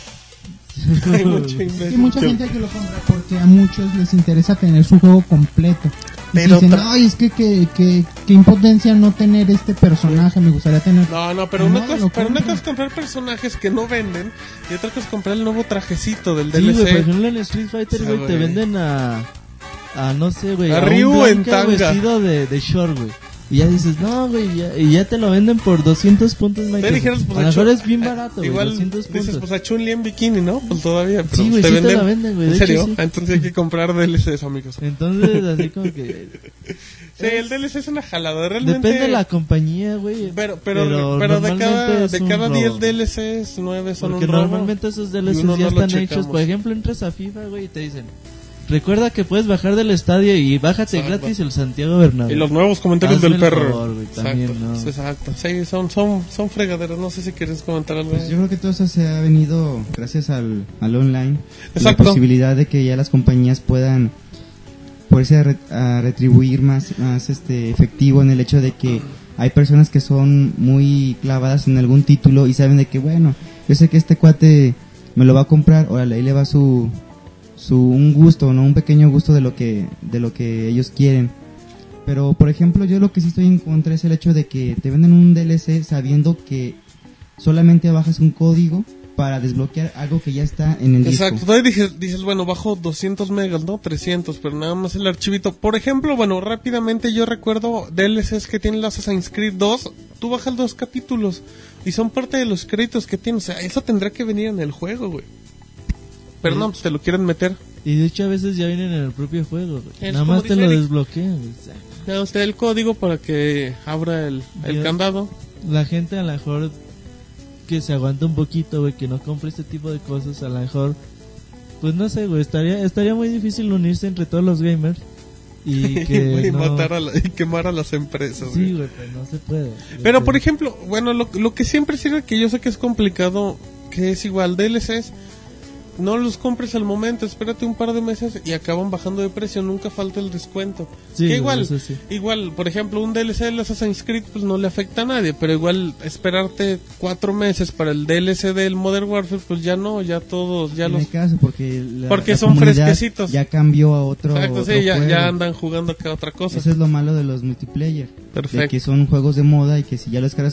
Hay mucho Hay imbécil. mucha gente que lo compra porque a muchos les interesa tener su juego completo. Y Pero dicen, ay, es que impotencia no tener este personaje, me gustaría tener... No, pero No, una lo cosa, compran. es comprar personajes que no venden y otra cosa es comprar el nuevo trajecito del Sí, güey, por DLC. ejemplo en Street Fighter, O sea, güey, te güey. venden a no sé, güey, A un Ryu en Blanca tanga. vestido de short, güey. Y ya dices, no, güey, y ya te lo venden por 200 puntos, Microsoft. Te dijeras, pues, a lo mejor es bien barato, güey, igual 200 puntos. dices, pues a Chun-Li en bikini, ¿no? Pues todavía, pero Sí, güey, te sí venden. te la venden, güey. ¿En de serio? hecho, sí. Entonces hay que comprar DLCs, amigos. Entonces, así como que... Sí, el DLC es una jalada, realmente. Depende de la compañía, güey. Pero de cada 10 DLCs, 9 son porque un robo. normalmente esos Y DLCs uno ya no lo están hechos. checamos. Por ejemplo, entras a FIFA, güey, y te dicen, recuerda que puedes bajar del estadio y bájate Exacto. gratis el Santiago Bernabéu. Y los nuevos comentarios Hazme del el perro. favor, güey, también, exacto, ¿no? exacto. Sí, son fregaderas. No sé si quieres comentar algo. Pues yo creo que todo eso se ha venido gracias al online. Exacto. La posibilidad de que ya las compañías puedan poderse a retribuir más efectivo en el hecho de que hay personas que son muy clavadas en algún título y saben de que, bueno, yo sé que este cuate me lo va a comprar, órale, ahí le va un gusto, no, un pequeño gusto de lo que ellos quieren. Pero por ejemplo, yo lo que sí estoy en contra es el hecho de que te venden un DLC sabiendo que solamente bajas un código para desbloquear algo que ya está en el disco. Exacto, todavía dices, bueno, bajo 200 megas, ¿no? 300, pero nada más el archivito. Por ejemplo, bueno, rápidamente yo recuerdo DLCs que tiene el Assassin's Creed 2, tú bajas 2 capítulos y son parte de los créditos que tiene, o sea, eso tendrá que venir en el juego, güey. Pero no, pues te lo quieren meter. Y de hecho a veces ya vienen en el propio juego, güey. Es Nada como más te dice lo Eric. desbloquean, güey. Ya usted el código para que abra el Dios. candado. La gente a lo mejor que se aguanta un poquito, güey, que no compre este tipo de cosas, a lo mejor, pues no sé, güey, estaría muy difícil unirse entre todos los gamers y que y no... y quemar a las empresas. Sí, güey, pues no se puede. Pero por ejemplo, bueno, lo que siempre sirve, que yo sé que es complicado, que es igual, DLCs, no los compres al momento, espérate un par de meses y acaban bajando de precio, nunca falta el descuento. Sí, que güey, igual, eso sí. igual, por ejemplo, un DLC del Assassin's Creed pues no le afecta a nadie, pero igual esperarte 4 meses para el DLC del Modern Warfare, pues ya no, ya todos, ya En los... el caso, porque Porque la son comunidad fresquecitos. ya cambió a otro, Exacto, otro sí, ya juego. andan jugando acá otra cosa. Eso es lo malo de los multiplayer. Perfecto. De que son juegos de moda y que si ya lo descargas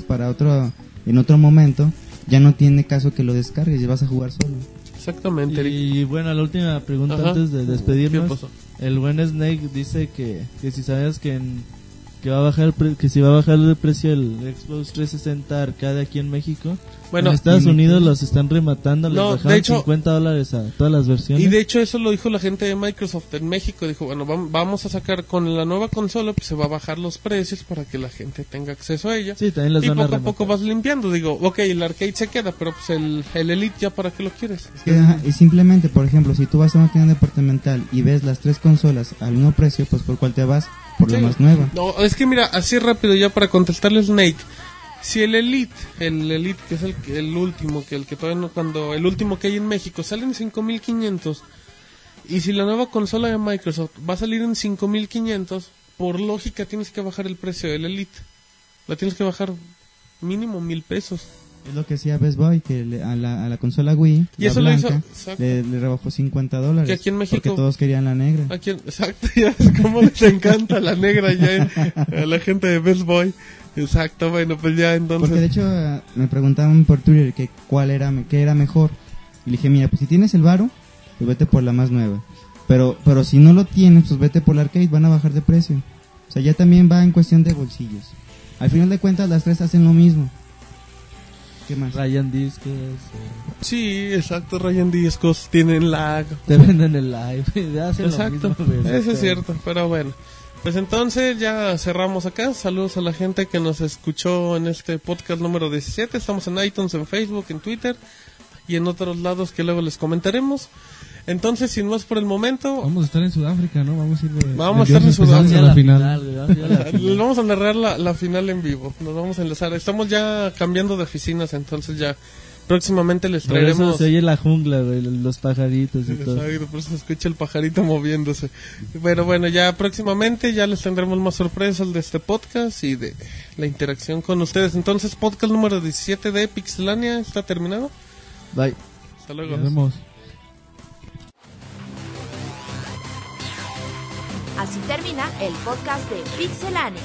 en otro momento, ya no tiene caso que lo descargues y vas a jugar solo. Exactamente, Eric. Y bueno, la última pregunta Ajá. antes de ¿Qué despedirnos. pasó? El buen Snake dice que si sabes que va a bajar que si va a bajar el precio del Xbox 360 Arcade aquí en México. Bueno, en Estados Unidos los están rematando, les No, de bajaron hecho- $50 a todas las versiones. Y de hecho eso lo dijo la gente de Microsoft en México, dijo, bueno, vamos a sacar con la nueva consola, pues se va a bajar los precios para que la gente tenga acceso a ella. Sí, también las Y van a poco a rematar. poco vas limpiando, digo, ok, el arcade se queda, pero pues el Elite ya para qué lo quieres. Es que, ajá, y simplemente, por ejemplo, si tú vas a una tienda departamental y ves las 3 consolas al mismo precio, pues ¿por cuál te vas? Por la Sí. más nueva. No, es que mira, así rápido ya para contestarle a Snake, si el Elite que es el último, el que todavía no, cuando el último que hay en México sale en 5.500 y si la nueva consola de Microsoft va a salir en 5.500, por lógica tienes que bajar el precio del Elite. La tienes que bajar mínimo 1,000 pesos. Es lo que decía Best Buy, que a la consola Wii, Y la eso lo hizo, blanca, exacto. le rebajó $50. Que aquí en México- Porque todos querían la negra. Aquí, exacto, ya ves cómo les encanta la negra ya a la gente de Best Boy. Exacto, bueno, pues ya entonces. Porque de hecho me preguntaban por Twitter que qué era mejor. Y le dije, mira, pues si tienes el varo, pues vete por la más nueva. Pero si no lo tienes, pues vete por la arcade, van a bajar de precio. O sea, ya también va en cuestión de bolsillos. Al final de cuentas, las tres hacen lo mismo. ¿Qué más? Ryan Discos, Sí, exacto, Ryan Discos tienen lag. te venden el live. Ya hacen lo Exacto, mismo, güey. eso es cierto, pero bueno. Pues entonces ya cerramos acá. Saludos a la gente que nos escuchó en este podcast número 17. Estamos en iTunes, en Facebook, en Twitter y en otros lados que luego les comentaremos. Entonces, sin más por el momento, Vamos a estar en Sudáfrica, ¿no? Vamos a ir de Vamos a estar en dioses Sudáfrica. pesados a la final. güey, vamos a ir a la les final. vamos a narrar la final en vivo. Nos vamos a enlazar. Estamos ya cambiando de oficinas, entonces ya próximamente les Por eso traeremos... se oye la jungla, güey, los pajaritos y todo. Exacto, por eso se escucha el pajarito moviéndose. Pero bueno, ya próximamente ya les tendremos más sorpresas de este podcast y de la interacción con ustedes. Entonces, podcast número 17 de Pixelania está terminado. Bye. Hasta luego. Nos vemos. Así termina el podcast de Pixelania.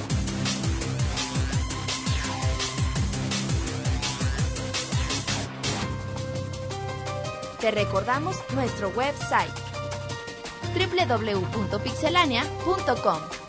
Te recordamos nuestro website www.pixelania.com.